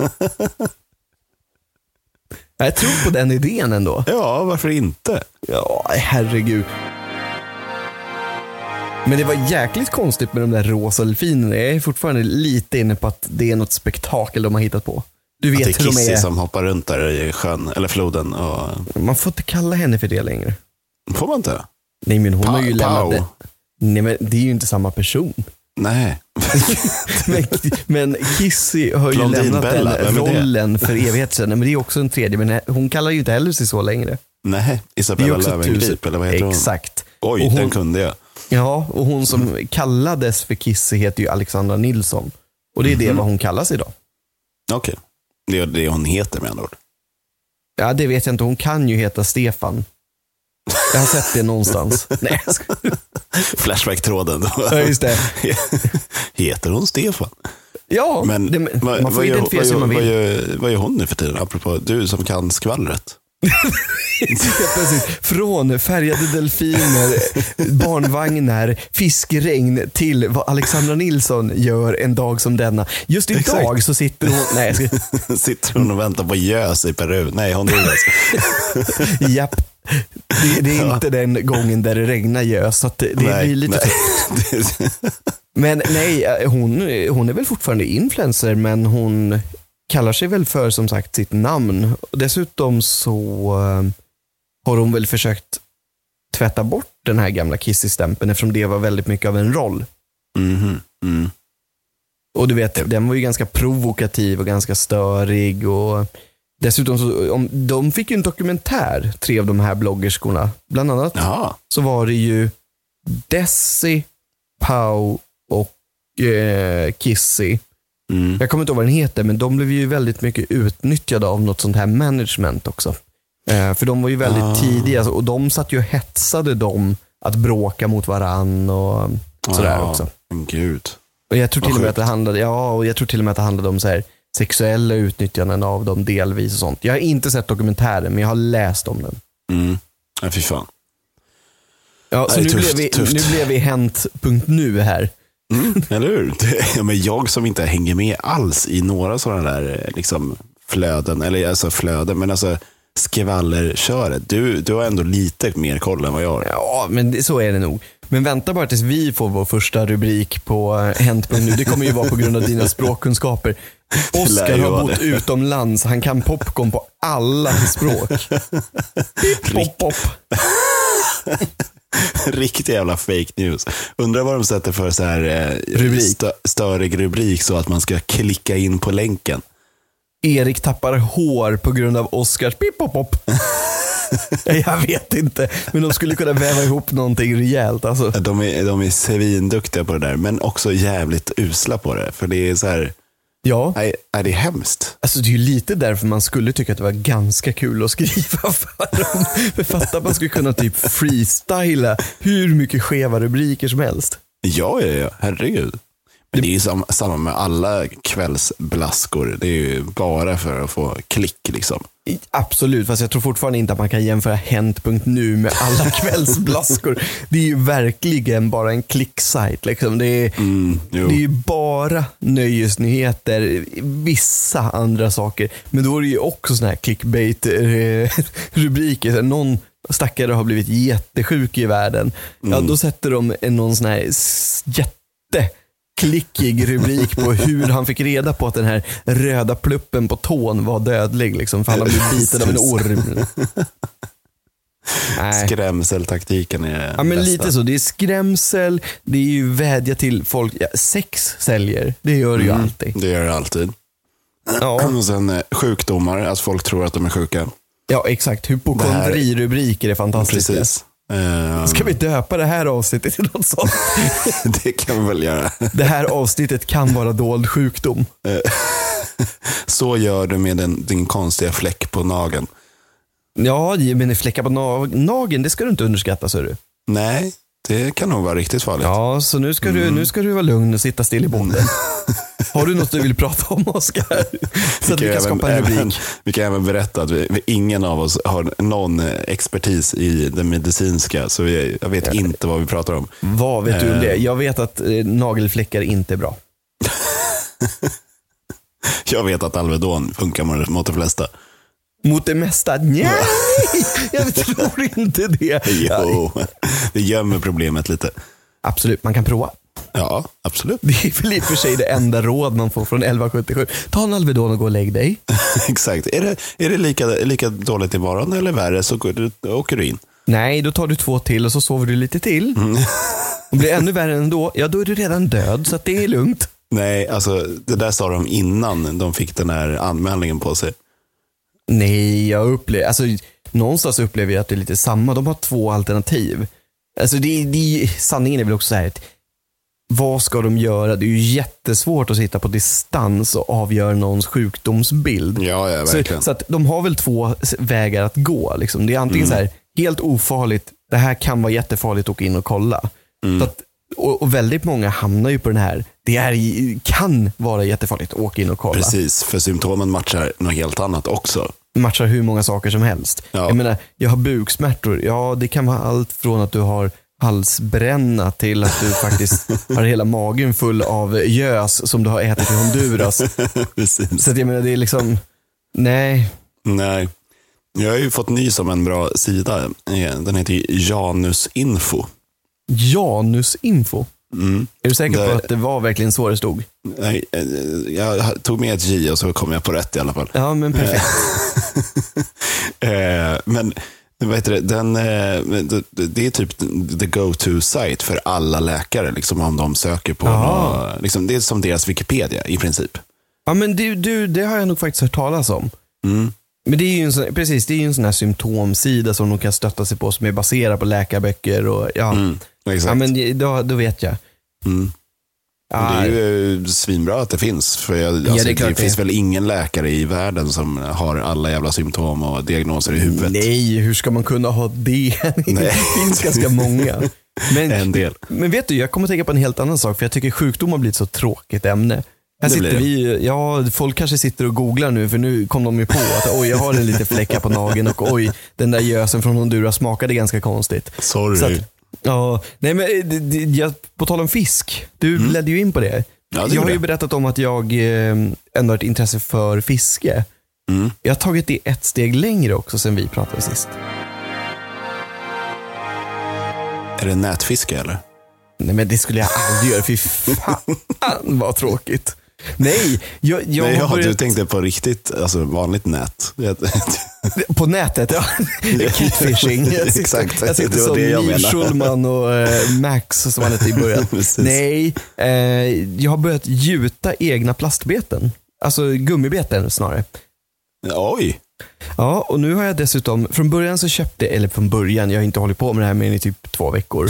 S2: Jag tror på den idén ändå.
S1: Ja, varför inte?
S2: Ja, herregud. Men det var jäkligt konstigt med de där rosa delfinerna. Jag är fortfarande lite inne på att det är något spektakel de har hittat på. Du vet
S1: att det är
S2: hur de
S1: Kissy
S2: är.
S1: som hoppar runt där i sjön eller floden. Och...
S2: Man får inte kalla henne för det längre.
S1: Får man inte?
S2: Nej, men hon har ju lämnat det.
S1: Pau.
S2: Nej, men det är ju inte samma person.
S1: Nej.
S2: men Kissy har ju
S1: Blondin
S2: lämnat
S1: Bella,
S2: den rollen för evighet sedan. Men det är också en tredje. Men hon kallar ju inte heller sig så längre.
S1: Nej, Isabella Löwengrip eller vad heter hon?
S2: Exakt.
S1: Oj,
S2: och hon,
S1: den kunde jag.
S2: Ja, och hon som kallades för Kissy heter ju Alexandra Nilsson. Och det är det vad hon kallas idag.
S1: Okej. Det är det hon heter med andra ord.
S2: Ja, det vet jag inte. Hon kan ju heta Stefan. Jag har sett det någonstans. Nej,
S1: Flashback-tråden.
S2: Ja, just det.
S1: Heter hon Stefan?
S2: Ja,
S1: men
S2: man får identifiera sig man vill.
S1: Vad gör hon nu för tiden? Apropå du som kan skvallret.
S2: Precis. Från färgade delfiner, barnvagnar, fiskregn till vad Alexandra Nilsson gör en dag som denna. Just idag Exakt. Så sitter hon... Nej,
S1: sitter hon och väntar på gös i Peru? Nej, hon dog alltså.
S2: Japp. Det är inte den gången där det regnar gös, så att det blir lite... Men nej, hon är väl fortfarande influencer, men hon kallar sig väl för, som sagt, sitt namn. Och dessutom så har hon väl försökt tvätta bort den här gamla Kissy-stämpeln, eftersom det var väldigt mycket av en roll. Och du vet, den var ju ganska provokativ och ganska störig, och dessutom så, de fick ju en dokumentär, 3 av de här bloggerskorna. Bland annat så var det ju Desi, Pau och Kissy. Jag kommer inte ihåg vad den heter, men de blev ju väldigt mycket utnyttjade av något sånt här management också. För de var ju väldigt tidiga, och de satt ju och hetsade dem att bråka mot varann och sådär också.
S1: Gud.
S2: Och jag tror till och med att det handlade om så här sexuella utnyttjanden av dem delvis och sånt. Jag har inte sett dokumentären, men jag har läst om den.
S1: Ja, fy fan.
S2: Ja, så nu blev vi Hänt.nu här.
S1: Eller hur? Men jag som inte hänger med alls i några sådana där liksom flöden, eller alltså flöden, men alltså skvallerköret. Du har ändå lite mer koll än vad jag har.
S2: Ja, men så är det nog. Men vänta bara tills vi får vår första rubrik på Hänt.nu. Det kommer ju vara på grund av dina språkkunskaper. Oskar har bott utomlands. Han kan popcorn på alla språk. Pip, pop.
S1: Riktigt jävla fake news. Undrar vad de sätter för så här störig rubrik så att man ska klicka in på länken.
S2: Erik tappar hår på grund av Oskars pip, pop. Jag vet inte, men de skulle kunna väva ihop någonting rejält alltså.
S1: De är svinduktiga på det där, men också jävligt usla på det, för det är så här. Ja. Är det hemskt?
S2: Alltså det är ju lite därför man skulle tycka att det var ganska kul att skriva för dem. För fatta, man skulle kunna typ freestyla hur mycket skeva rubriker som helst.
S1: Ja, herregud. Men det är ju samma med alla kvällsblaskor. Det är ju bara för att få klick liksom.
S2: Absolut, fast jag tror fortfarande inte att man kan jämföra Hänt.nu med alla kvällsblaskor. Det är ju verkligen bara en klicksajt liksom. Det är ju bara nöjesnyheter, vissa andra saker. Men då är det ju också såna här clickbait-rubriker. Någon stackare har blivit jättesjuk i världen. Ja, då sätter de någon sån här klickig rubrik på hur han fick reda på att den här röda pluppen på tån var dödlig liksom, för han hade blivit biten av en orm.
S1: Skrämseltaktiken är
S2: ja, men
S1: bästa.
S2: lite så, det är skrämsel, det är ju vädja till folk. Sex säljer, det gör det ju alltid.
S1: Det gör det alltid.
S2: Ja.
S1: Och sen sjukdomar, att folk tror att de är sjuka.
S2: Ja, exakt. Hypokondri-rubriker är fantastiska.
S1: Precis.
S2: Ska vi döpa det här avsnittet till något sånt?
S1: Det kan vi väl göra.
S2: Det här avsnittet kan vara dold sjukdom.
S1: Så gör du med din konstiga fläck på nageln.
S2: Ja, men fläckar på nageln, det ska du inte underskatta, så du.
S1: Nej, det kan nog vara riktigt farligt.
S2: Ja, så nu ska du vara lugn och sitta still i båten. Har du något du vill prata om, Oskar? Så att vi kan skapa en rubrik.
S1: Vi kan även berätta att ingen av oss har någon expertis i det medicinska, så jag vet inte vad vi pratar om.
S2: Vad vet du om det? Jag vet att nagelfläckar inte är bra.
S1: Jag vet att Alvedon funkar mot de flesta.
S2: Mot det mesta? Nej, jag tror inte det.
S1: Jo, det gömmer problemet lite.
S2: Absolut, man kan prova.
S1: Ja, absolut.
S2: Det är väl i och för sig det enda råd man får från 1177. Ta en Alvedon och gå och lägg dig.
S1: Exakt. Är det lika dåligt imorgon eller värre så åker du in.
S2: Nej, då tar du 2 till och så sover du lite till. Om det är ännu värre ändå, ja då är du redan död så att det är lugnt.
S1: Nej, alltså det där sa de innan de fick den här anmälningen på sig.
S2: Nej, någonstans upplever jag att det är lite samma. De har 2 alternativ. Alltså sanningen är väl också så här. Vad ska de göra? Det är ju jättesvårt att sitta på distans och avgöra någons sjukdomsbild.
S1: Ja, verkligen.
S2: Så att de har väl 2 vägar att gå. Liksom. Det är antingen så här, helt ofarligt. Det här kan vara jättefarligt att åka in och kolla. Så att, och väldigt många hamnar ju på den här. Kan vara jättefarligt att åka in och kolla.
S1: Precis, för symptomen matchar något helt annat också.
S2: Matchar hur många saker som helst.
S1: Ja.
S2: Jag menar, jag har buksmärtor. Ja, det kan vara allt från att du har halsbränna till att du faktiskt har hela magen full av gös som du har ätit i Honduras.
S1: Precis.
S2: Så att jag menar, det är liksom, nej.
S1: Jag har ju fått nys om en bra sida. Den heter Janusinfo.
S2: Janusinfo? Är du säker på att det var verkligen så det stod?
S1: Nej, jag tog med ett J och så kom jag på rätt i alla fall.
S2: Ja, men perfekt.
S1: Men vad heter det? Det är typ the go-to-site för alla läkare liksom, om de söker på något, liksom, det är som deras Wikipedia i princip.
S2: Ja, men det har jag nog faktiskt hört talas om. Men det är ju det är ju en sån här symptomsida som de kan stötta sig på, som är baserad på läkarböcker och
S1: exakt.
S2: Ja, men då vet jag.
S1: Det är ju svinbra att det finns. För det finns väl ingen läkare i världen som har alla jävla symptom och diagnoser i huvudet.
S2: Nej, hur ska man kunna ha det? Det finns ganska många.
S1: En del.
S2: Men vet du, jag kommer att tänka på en helt annan sak. För jag tycker sjukdom har blivit så tråkigt ämne. Här sitter vi, folk kanske sitter och googlar nu, för nu kom de ju på att jag har en liten fläcka på nageln och den där gösen från Honduras smakade ganska konstigt.
S1: Sorry.
S2: Så att, nej men på tal om fisk, du ledde ju in på det. Jag har ju berättat om att jag ändå har ett intresse för fiske. Jag har tagit det ett steg längre också sen vi pratade sist.
S1: Är det nätfiske eller?
S2: Nej, men det skulle jag aldrig göra. Fy fan vad tråkigt. Nej,
S1: du tänkte på riktigt, alltså vanligt nät.
S2: På nätet, ja. Kitfishing.
S1: Exakt.
S2: Jag sitter som Neil Schulman och Max som han hette i början. Nej, jag har börjat gjuta egna plastbeten. Alltså gummibeten snarare.
S1: Oj.
S2: Ja, och nu har jag dessutom, från början så jag har inte hållit på med det här mer än i typ 2 veckor.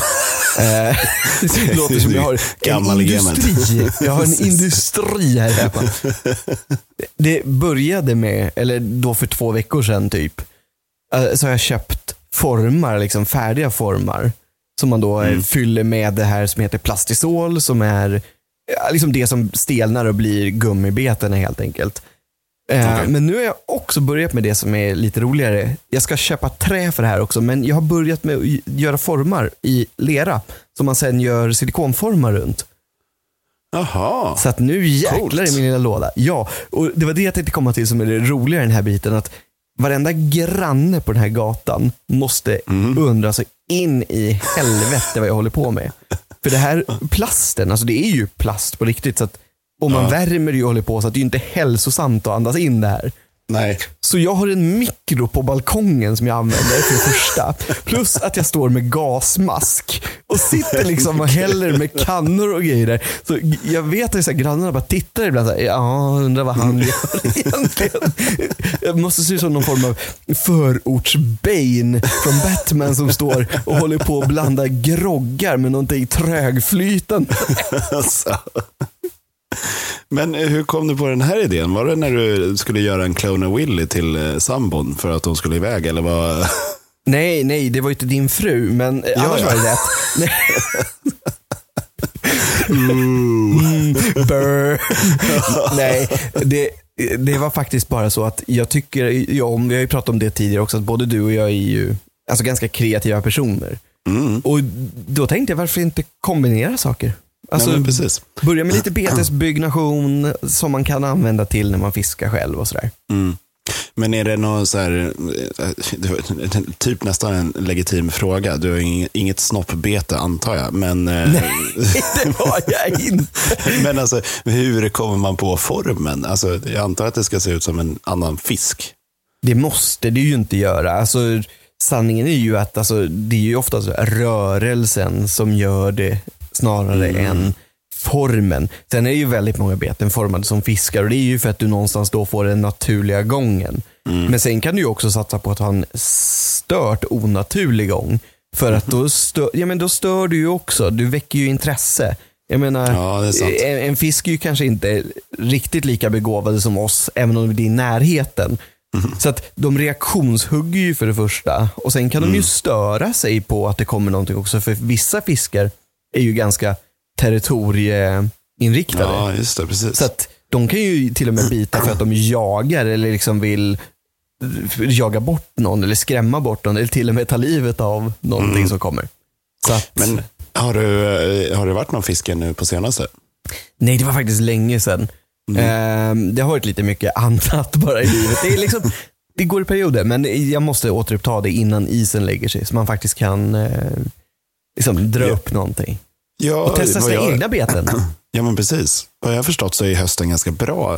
S2: Det låter som jag har en industri. Jag har en industri här hemma. Det började med, eller då för 2 veckor sedan typ, så har jag köpt formar, liksom färdiga formar, som man då fyller med det här som heter plastisol, som är liksom det som stelnar och blir gummibeten helt enkelt. Okay. Men nu har jag också börjat med det som är lite roligare. Jag ska köpa trä för det här också, men jag har börjat med att göra formar i lera som man sen gör silikonformar runt.
S1: Jaha.
S2: Så att nu jäklar i min lilla låda. Ja, och det var det jag tänkte komma till som är det roliga i den här biten, att varenda granne på den här gatan måste undra sig in i helvete vad jag håller på med. För det här plasten, alltså det är ju plast på riktigt, så att om man värmer det och håller på, så att det är inte hälsosamt att andas in det här.
S1: Nej.
S2: Så jag har en mikro på balkongen som jag använder för det första. Plus att jag står med gasmask och sitter liksom och häller med kannor och grejer där. Så jag vet att grannarna bara tittar ibland så här, undrar vad han gör egentligen. Jag måste se ut som någon form av förortsbane från Batman som står och håller på att blanda groggar med någonting trögflytande.
S1: Alltså. Men hur kom du på den här idén? Var det när du skulle göra en Clone of Willy till sambon för att hon skulle iväg, eller vad?
S2: Nej, det var ju inte din fru, men annars var det rätt. Nej, det var faktiskt bara så att jag tycker, vi har ju pratat om det tidigare också, att både du och jag är ju alltså ganska kreativa personer. Och då tänkte jag, varför inte kombinera saker? Alltså,
S1: precis.
S2: Börja med lite betesbyggnation som man kan använda till när man fiskar själv och sådär.
S1: Men är det någon så här, typ nästan en legitim fråga. Du har inget snoppbete antar jag. Men,
S2: nej, det var jag inte.
S1: Men alltså, hur kommer man på formen? Alltså, jag antar att det ska se ut som en annan fisk.
S2: Det måste det ju inte göra. Alltså, sanningen är ju att alltså, det är ju ofta rörelsen som gör det snarare än formen. Sen är det ju väldigt många beten formade som fiskar och det är ju för att du någonstans då får den naturliga gången. Men sen kan du ju också satsa på att ha en stört onaturlig gång. För att då stör du ju också. Du väcker ju intresse. Jag menar,
S1: det är sant.
S2: En fisk är ju kanske inte riktigt lika begåvade som oss, även om det är i närheten. Så att de reaktionshugger ju för det första. Och sen kan de ju störa sig på att det kommer någonting också. För vissa fiskar är ju ganska territorieinriktade.
S1: Ja, just det, precis.
S2: Så att de kan ju till och med bita för att de jagar eller liksom vill jaga bort någon eller skrämma bort någon eller till och med ta livet av någonting som kommer. Så att,
S1: men har du varit någon fiske nu på senaste?
S2: Nej, det var faktiskt länge sedan. Det har varit lite mycket annat bara i livet. Det är liksom, det går i perioder, men jag måste återuppta det innan isen lägger sig så man faktiskt kan liksom dra upp någonting.
S1: Ja,
S2: och testa sina egna beten.
S1: Ja, men precis. Vad jag har förstått så är hösten ganska bra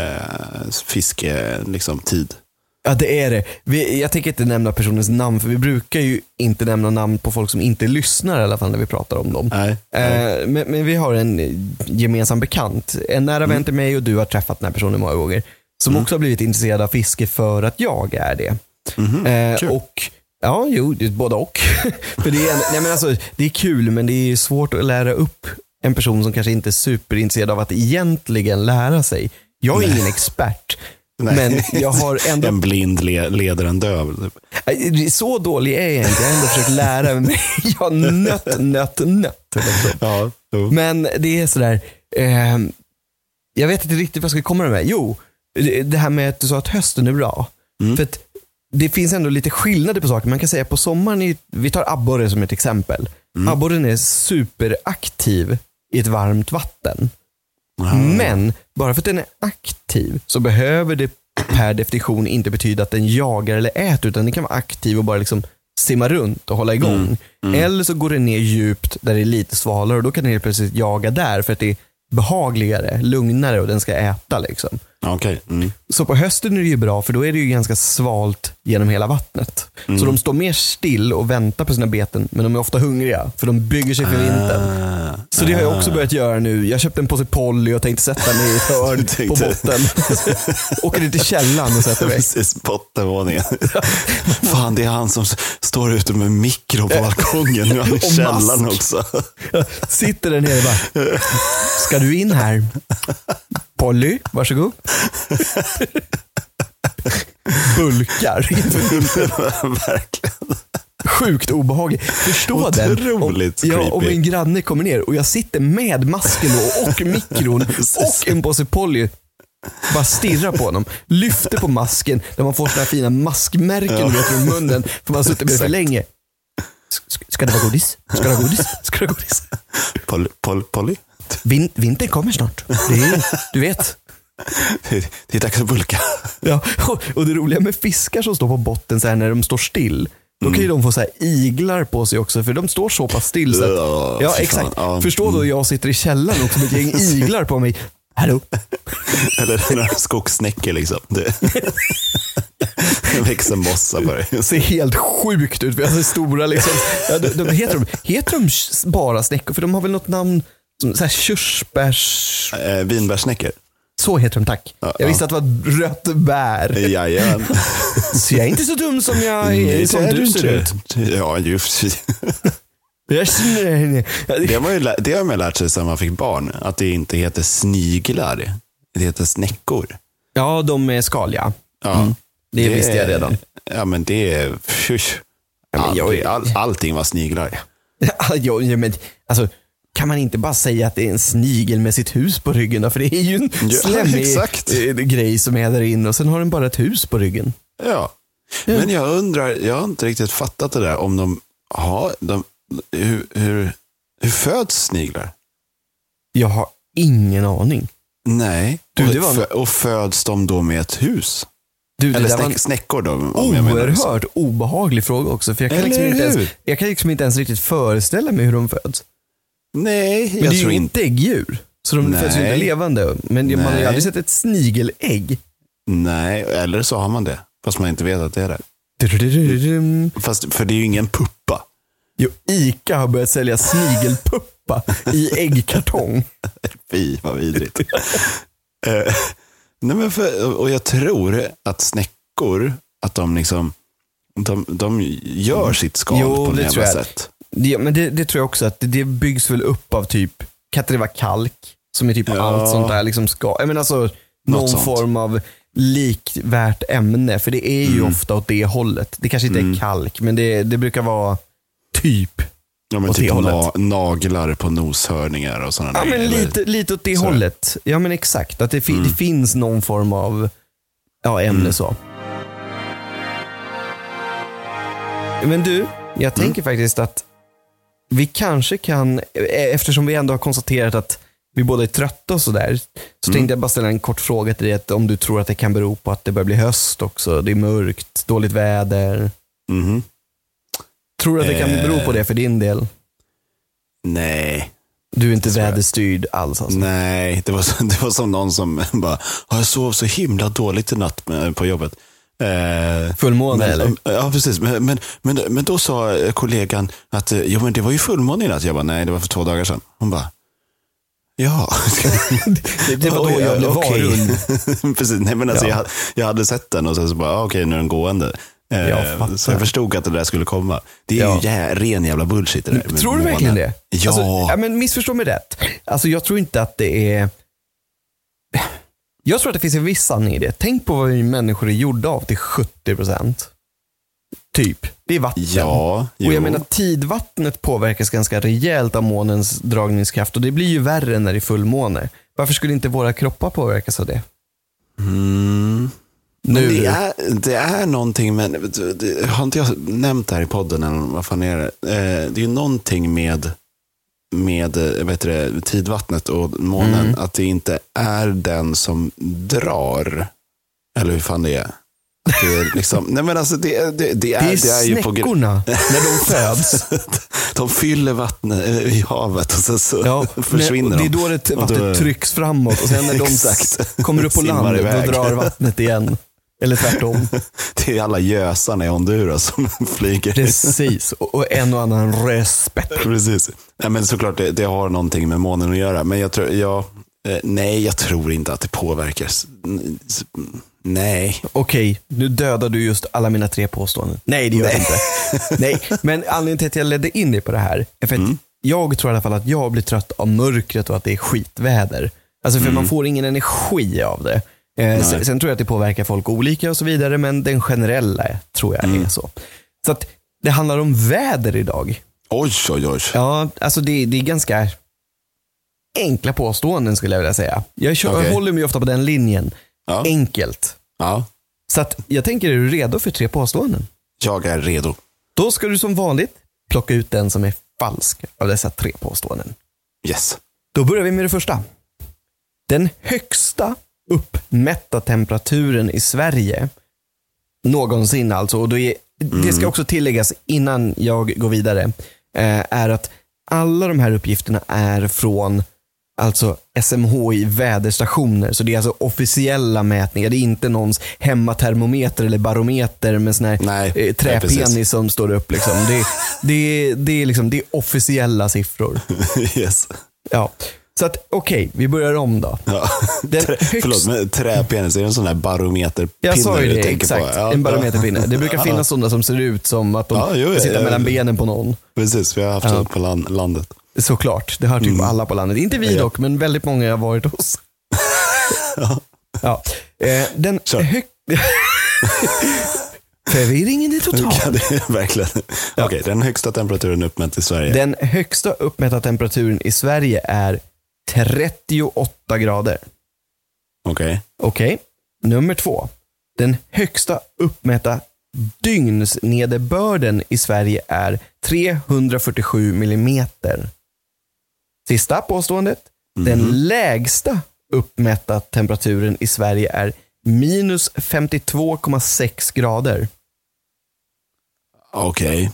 S1: fiske liksom, tid.
S2: Ja, det är det. Jag tänker inte nämna personens namn för vi brukar ju inte nämna namn på folk som inte lyssnar i alla fall när vi pratar om dem.
S1: Nej.
S2: Men vi har en gemensam bekant. En nära vän till mig och du har träffat den här personen många gånger. Som också har blivit intresserad av fiske för att jag är det. Och ja, jo, det är både och. För det är kul men det är svårt att lära upp en person som kanske inte är superintresserad av att egentligen lära sig. Jag är ingen expert. Nej. Men jag har ändå...
S1: En blind leder en döv. Typ.
S2: Så dålig är jag inte. Jag har ändå försökt lära mig. Jag nött. Liksom.
S1: Ja,
S2: men det är sådär... jag vet inte riktigt vad jag ska komma med. Jo, det här med att du sa att hösten är bra. För att det finns ändå lite skillnader på saker. Man kan säga på sommaren, vi tar abborre som ett exempel. Abborren är superaktiv i ett varmt vatten. Men bara för att den är aktiv så behöver det per definition inte betyda att den jagar eller äter, utan den kan vara aktiv och bara liksom simma runt och hålla igång. Eller så går den ner djupt där det är lite svalare och då kan den helt plötsligt jaga där för att det är behagligare, lugnare och den ska äta liksom.
S1: Okay.
S2: Så på hösten är det ju bra för då är det ju ganska svalt genom hela vattnet. Så de står mer still och väntar på sina beten, men de är ofta hungriga för de bygger sig för vintern. Så det har jag också börjat göra nu. Jag köpte en påse Polly och tänkte sätta mig i ett hörn på botten. Åker ner till källaren och sätter mig.
S1: Precis, bottenvåningen. Fan, det är han som står ute med mikro på balkongen. Nu är han i källaren också.
S2: Sitter där nere och bara, ska du in här? Polly, varsågod. Bulkar.
S1: Verkligen.
S2: Sjukt obehagligt. Förstå den. Om en granne kommer ner och jag sitter med masken och mikron och en påse Polly. Bara stirrar på honom. Lyfter på masken där man får såna här fina maskmärken runt munnen för man har suttit med för länge. Ska det vara godis? Ska det vara godis? Ska det vara godis?
S1: Polly?
S2: Vintern kommer snart. Du vet.
S1: Det är dags att bulka.
S2: Ja, och det roliga med fiskar som står på botten så här när de står still, då kan ju de få så här iglar på sig också, för de står så pass still så att, ja, exakt. Förstå då jag sitter i källaren också med ett gäng iglar på mig. Hallå?
S1: Eller några skogssnäckor liksom. Det växer mossa på det.
S2: Det ser helt sjukt ut. Vi har stora liksom. Ja, heter de bara snäckor? För de har väl något namn som så här körsbärs...
S1: Vinbärssnäckor.
S2: Så heter de, tack. Jag visste att det var rött bär.
S1: Jajamän.
S2: Så jag är inte så dum som som du ser ut.
S1: Ja, just. Det har man lärt sig sedan man fick barn. Att det inte heter sniglar. Det heter snäckor.
S2: Ja, de är skaliga.
S1: Ja.
S2: Det visste jag redan.
S1: Ja, men det är... Allting var sniglar.
S2: Ja, men alltså... Kan man inte bara säga att det är en snigel med sitt hus på ryggen då? För det är ju en slemmig grej som är där inne och sen har den bara ett hus på ryggen.
S1: Ja. Men jag undrar, jag har inte riktigt fattat det där om de har, hur föds sniglar?
S2: Jag har ingen aning.
S1: Nej. Och föds de då med ett hus?
S2: Du,
S1: eller snäckor då. Om jag menar
S2: oerhört obehaglig fråga också. För jag kan liksom inte ens riktigt föreställa mig hur de föds.
S1: Nej,
S2: men det är ju inte äggdjur. Så de föds ju inte levande. Men man har ju aldrig sett ett snigelägg.
S1: Nej, eller så har man det. Fast man inte vet att det är det. Fast, för det är ju ingen puppa.
S2: Jo, Ica har börjat sälja snigelpuppa i äggkartong.
S1: Fy, vad vidrigt. Nej, men och jag tror att snäckor, att de liksom de gör sitt skal på något jävla sätt.
S2: Ja, men det tror jag också att det byggs väl upp av typ, kan det vara kalk som är typ allt sånt där liksom ska. Jag menar alltså någon form av likvärt ämne, för det är ju ofta åt det hållet. Det kanske inte är kalk, men det brukar vara typ
S1: åt typ det hållet. Naglar på noshörningar och sådana
S2: där. Ja, men lite åt det hållet. Ja, men exakt. Att det finns någon form av ämne så. Men du, jag tänker faktiskt att vi kanske kan, eftersom vi ändå har konstaterat att vi båda är trötta och sådär, så tänkte jag bara ställa en kort fråga till dig, att om du tror att det kan bero på att det börjar bli höst också, det är mörkt, dåligt väder. Tror du att det kan bero på det för din del?
S1: Nej.
S2: Du är inte väderstyrd alls alltså?
S1: Nej, det var som någon som bara, jag sov så himla dåligt i natt på jobbet.
S2: Fullmåne eller?
S1: Ja, precis. Men då sa kollegan att men det var ju fullmåne i natt. Jag bara, nej, det var för 2 dagar sedan. Hon bara, ja.
S2: det var då jag blev varulv.
S1: Precis, nej men alltså jag hade sett den och sen så bara, okej, nu är den gående. Så jag förstod att det där skulle komma. Det är ju ren jävla bullshit det där.
S2: Tror du verkligen det?
S1: Ja.
S2: Alltså, men missförstå mig rätt. Alltså jag tror inte att det är... Jag tror att det finns en viss sanning i det. Tänk på vad vi människor är gjorda av till 70%. Typ. Det är vatten.
S1: Ja,
S2: och jag menar, tidvattnet påverkas ganska rejält av månens dragningskraft. Och det blir ju värre när det är fullmåne. Varför skulle inte våra kroppar påverkas av det?
S1: Nu. Det är någonting, men har inte jag nämnt det här i podden eller vad fan är det? Det är ju någonting med tidvattnet och månen, att det inte är den som drar, eller hur fan det är. Det är liksom, nej men alltså det är ju
S2: snäckorna när de föds.
S1: De fyller vattnet i havet och så försvinner de.
S2: Det är då vattnet trycks framåt och sen när de kommer upp på land, då drar vattnet igen. Eller tvärtom.
S1: Det är alla gösarna i Honduras som flyger.
S2: Precis, och en och annan rödspett.
S1: Precis. Ja, men såklart det har någonting med månen att göra. Men jag tror inte att det påverkas. Nej.
S2: Okej, nu dödar du just alla mina 3 påståenden. Nej, det gör jag inte. Nej, men anledningen till att jag ledde in dig på det här är för att jag tror i alla fall att jag blir trött av mörkret och att det är skitväder. Alltså för man får ingen energi av det. Sen tror jag att det påverkar folk olika och så vidare, men den generella tror jag är så. Så att det handlar om väder idag.
S1: Oj.
S2: Ja, alltså det är ganska enkla påståenden skulle jag vilja säga. Jag håller mig ofta på den linjen. Ja. Enkelt.
S1: Ja.
S2: Så att jag tänker, är du redo för 3 påståenden?
S1: Jag är redo.
S2: Då ska du som vanligt plocka ut den som är falsk av dessa 3 påståenden.
S1: Yes.
S2: Då börjar vi med det första. Den högsta uppmätta temperaturen i Sverige någonsin alltså, och det ska också tilläggas innan jag går vidare, är att alla de här uppgifterna är från alltså SMHI väderstationer, så det är alltså officiella mätningar. Det är inte någons hemmatermometer eller barometer med sån här träpenis som står upp liksom. Det är officiella siffror.
S1: Yes.
S2: Ja. Så att okej, vi börjar om då.
S1: Ja. Förlåt, men träpenis, är det en sån här barometerpinne?
S2: Jag sa ju det, exakt.
S1: På? Ja.
S2: En barometerpinne. Det brukar finnas sådana som ser ut som att de sitter mellan benen på någon.
S1: Precis, vi har haft det på landet.
S2: Såklart, det har typ alla på landet. Inte vi dock, men väldigt många har varit hos. Ja. Den förvirringen är total.
S1: Ja, det är verkligen. Okej, den högsta temperaturen uppmätt i Sverige.
S2: Den högsta uppmätta temperaturen i Sverige är 38 grader. Okej. Nummer 2. Den högsta uppmätta dygnsnederbörden i Sverige är 347 millimeter. Sista påståendet. Den lägsta uppmätta temperaturen i Sverige är minus 52,6 grader.
S1: Okej.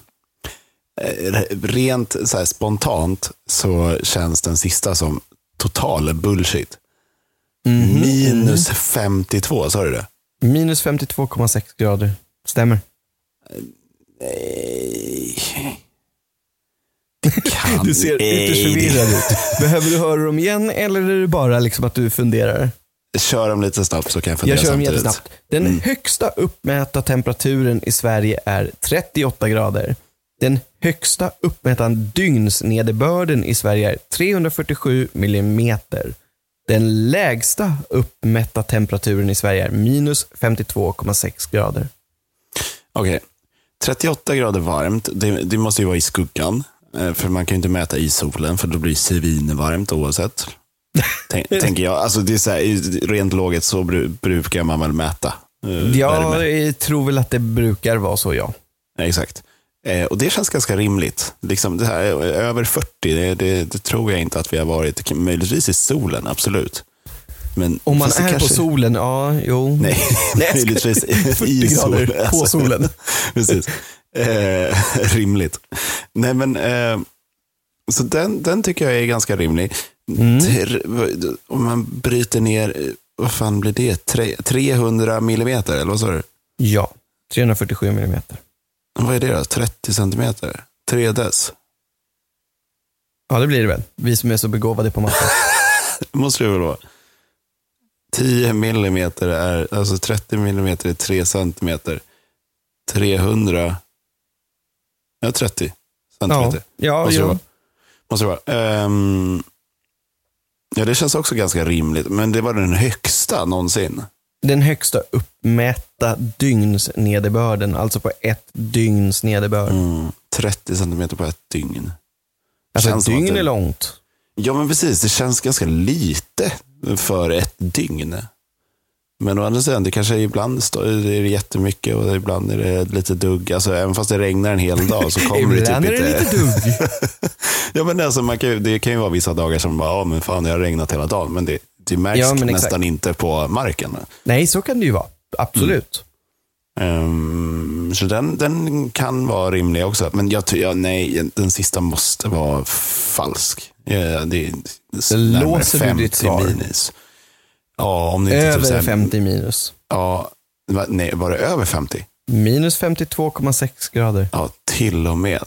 S1: Rent så här spontant så känns den sista som total bullshit. Minus 52, sa du det?
S2: Minus 52,6 grader. Stämmer.
S1: Nej.
S2: Du ser ytterst förvirrad ut. Behöver du höra dem igen eller är det bara liksom att du funderar?
S1: Kör dem lite snabbt så kan jag fundera
S2: Jag kör dem
S1: samtidigt.
S2: jättesnabbt. Den högsta uppmätta temperaturen i Sverige är 38 grader. Den högsta uppmätta dygnsnederbörden i Sverige är 347 millimeter. Den lägsta uppmätta temperaturen i Sverige är minus 52,6 grader.
S1: Okej. 38 grader varmt, det måste ju vara i skuggan. För man kan ju inte mäta i solen, för då blir det svinvarmt oavsett. Tänker jag. Alltså det är så här, rent låget så brukar man väl mäta.
S2: Jag tror väl att det brukar vara så, ja.
S1: Exakt. Och det känns ganska rimligt. Liksom det här, över 40, det tror jag inte att vi har varit. Möjligtvis i solen, absolut. Men
S2: om man är på solen, ja, jo.
S1: Nej, möjligtvis
S2: 40
S1: i
S2: grader
S1: solen.
S2: på solen.
S1: Precis. Rimligt. Nej, men så den tycker jag är ganska rimlig. Om man bryter ner, vad fan blir det? 300 millimeter, eller vad sa du?
S2: Ja, 347 millimeter.
S1: Vad är det då? 30 centimeter? 3 dess?
S2: Ja, det blir det väl. Vi som är så begåvade på matte.
S1: Måste det väl vara. 10 millimeter är, alltså 30 millimeter är 3 centimeter. 300, ja 30 centimeter.
S2: Ja,
S1: måste det vara. Ja, det känns också ganska rimligt. Men det var den högsta någonsin.
S2: Den högsta uppmätta dygnsnederbörden, alltså på ett dygns nederbörd.
S1: 30 centimeter på ett dygn.
S2: Alltså ett dygn är långt.
S1: Ja, men precis. Det känns ganska lite för ett dygn. Men å andra sidan, det kanske ibland är det jättemycket och ibland är det lite dugg. Alltså, även fast det regnar en hel dag så kommer det typ
S2: ibland är det lite dugg.
S1: Ja, men alltså, det kan ju vara vissa dagar som bara, men fan, det har regnat hela dagen. Men det märks nästan inte på marken.
S2: Nej, så kan det ju vara. Absolut.
S1: Så den kan vara rimlig också. Men nej, den sista måste vara falsk. Det
S2: låser du ditt svar?
S1: Minus. Ja, om det inte
S2: över
S1: typ
S2: 50 minus.
S1: Ja, nej, var det över 50?
S2: Minus 52,6 grader.
S1: Ja, till och med.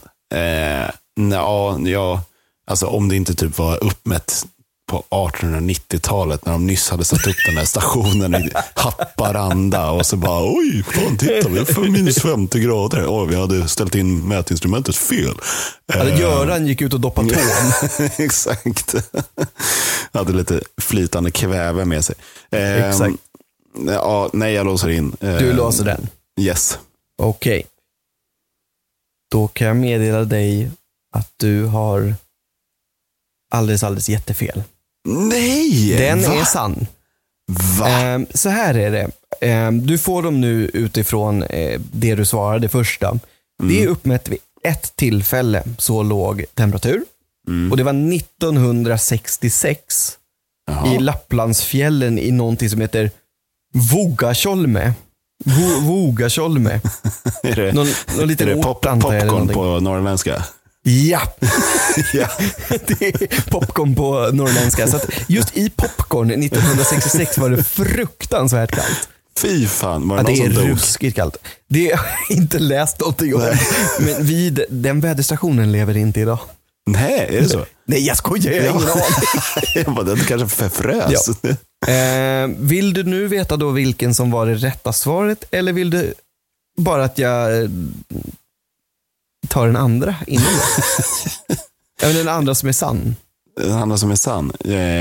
S1: Ja, alltså om det inte typ var uppmätt på 1890-talet när de nyss hade satt upp den där stationen i Haparanda och så bara, oj, fan, titta, vi får minus 50 grader. Vi hade ställt in mätinstrumentet fel.
S2: Göran gick ut och doppade tån.
S1: Exakt. Hade lite flytande kväve med sig.
S2: Exakt.
S1: Ja, nej, jag låser in.
S2: Du låser den?
S1: Yes.
S2: Okej. Då kan jag meddela dig att du har alldeles jättefel.
S1: Nej!
S2: Den är sann.
S1: Va?
S2: Så här är det. Du får dem nu utifrån det du svarade första. Det är uppmätt vid ett tillfälle så låg temperatur. Och det var 1966 i Lapplandsfjällen i någonting som heter Vugatjolme. Vugatjolme. Någon liten ort, antar jag.
S1: Popcorn på norrländska?
S2: Ja. Ja. Det är popcorn på norrländska. Så att just i popcorn 1966 var det fruktansvärt kallt.
S1: Fy fan, var det
S2: det
S1: någon som
S2: är
S1: dog?
S2: ruskigt kallt. Det har jag inte läst någonting om. Men vid den väderstationen lever inte idag.
S1: Nej, är det så?
S2: Nej, jag skojar. Jag har ingen aning.
S1: Jag bara, den kanske förfrös.
S2: Ja. Vill du nu veta då vilken som var det rätta svaret? Eller vill du bara att jag tar den andra innan? Eller den andra som är sann?
S1: Den andra som är sann.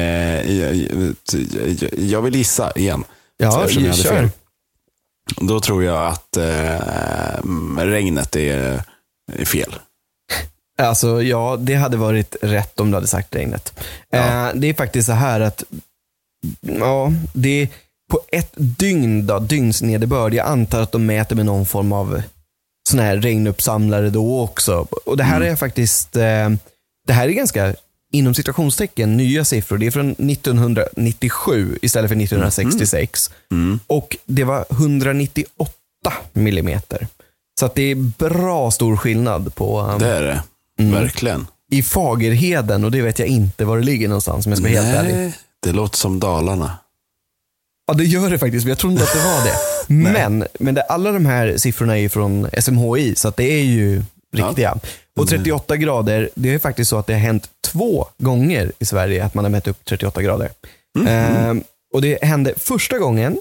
S1: Jag vill gissa igen.
S2: Ja, kör.
S1: Då tror jag att regnet är fel.
S2: Alltså, ja, det hade varit rätt om du hade sagt regnet.
S1: Ja.
S2: Det är faktiskt så här att det är på ett dygn då, dygnsnederbörd. Jag antar att de mäter med någon form av sån här regnuppsamlare då också. Och det här är faktiskt det här är ganska inom citationstecken nya siffror. Det är från 1997 istället för 1966. Och det var 198 millimeter. Så att det är bra stor skillnad på...
S1: det är det, verkligen.
S2: I Fagerheden, och det vet jag inte var det ligger någonstans, om jag ska vara helt ärlig.
S1: Det låter som Dalarna.
S2: Ja, det gör det faktiskt, men jag tror inte att det var det. Men alla de här siffrorna är ju från SMHI, så att det är ju riktiga. Och 38 grader, det är faktiskt så att det har hänt 2 gånger i Sverige att man har mätt upp 38 grader. Och det hände första gången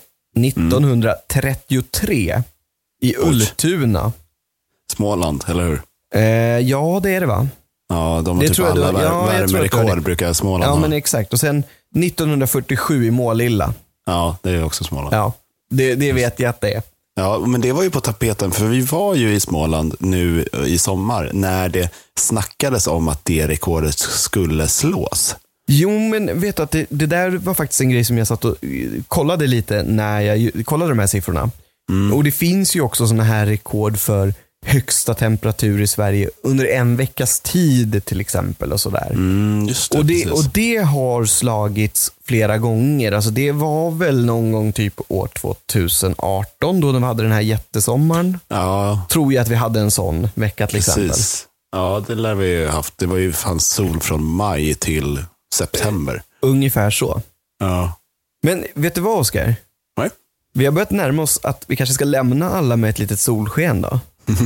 S2: 1933 i Ultuna.
S1: Småland, eller hur?
S2: Ja, det är det, va?
S1: Ja, de har
S2: Det
S1: typ
S2: tror jag
S1: alla värmerekord brukar Småland
S2: ha.
S1: ha.
S2: Men exakt. Och sen 1947 i Målilla.
S1: Ja, det är också Småland.
S2: Ja, det vet jag att det är.
S1: Ja, men det var ju på tapeten, för vi var ju i Småland nu i sommar när det snackades om att det rekordet skulle slås.
S2: Jo, men vet du att det där var faktiskt en grej som jag satt och kollade lite när jag kollade de här siffrorna. Och det finns ju också såna här rekord för högsta temperatur i Sverige under en veckas tid till exempel och sådär.
S1: Just det,
S2: och det har slagits flera gånger. Alltså det var väl någon gång typ år 2018 då de hade den här jättesommaren.
S1: Ja.
S2: Tror jag att vi hade en sån vecka till exempel.
S1: Ja, det lär vi ju haft. Det var ju fanns sol från maj till september.
S2: Ungefär så.
S1: Ja.
S2: Men vet du vad, Oskar?
S1: Nej.
S2: Vi har börjat närma oss att vi kanske ska lämna alla med ett litet solsken då.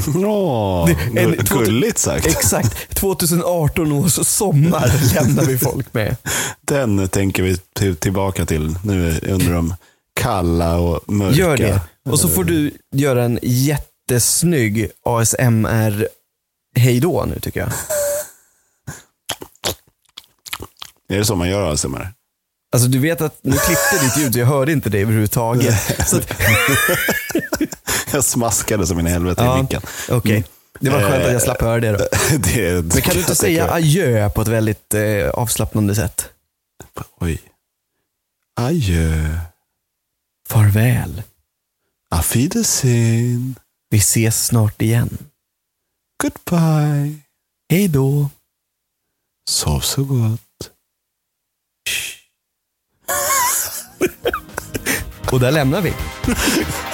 S1: Gulligt sagt.
S2: Exakt, 2018 års sommar lämnar vi folk med.
S1: Den tänker vi tillbaka till nu under de kalla och mörka.
S2: Gör det. Och så får du göra en jättesnygg ASMR hejdå nu, tycker jag.
S1: Är det så man gör ASMR?
S2: Alltså du vet att nu klippte ditt ljud så jag hörde inte det överhuvudtaget. Så att...
S1: Jag smaskade som en helvete i micken.
S2: Okej. Det var skönt att jag slapp höra det då. Men kan du inte säga adjö på ett väldigt avslappnande sätt?
S1: Oj. Adjö.
S2: Farväl.
S1: Auf Wiedersehen.
S2: Vi ses snart igen.
S1: Goodbye.
S2: Hej då.
S1: Sov så gott.
S2: Och där lämnar vi.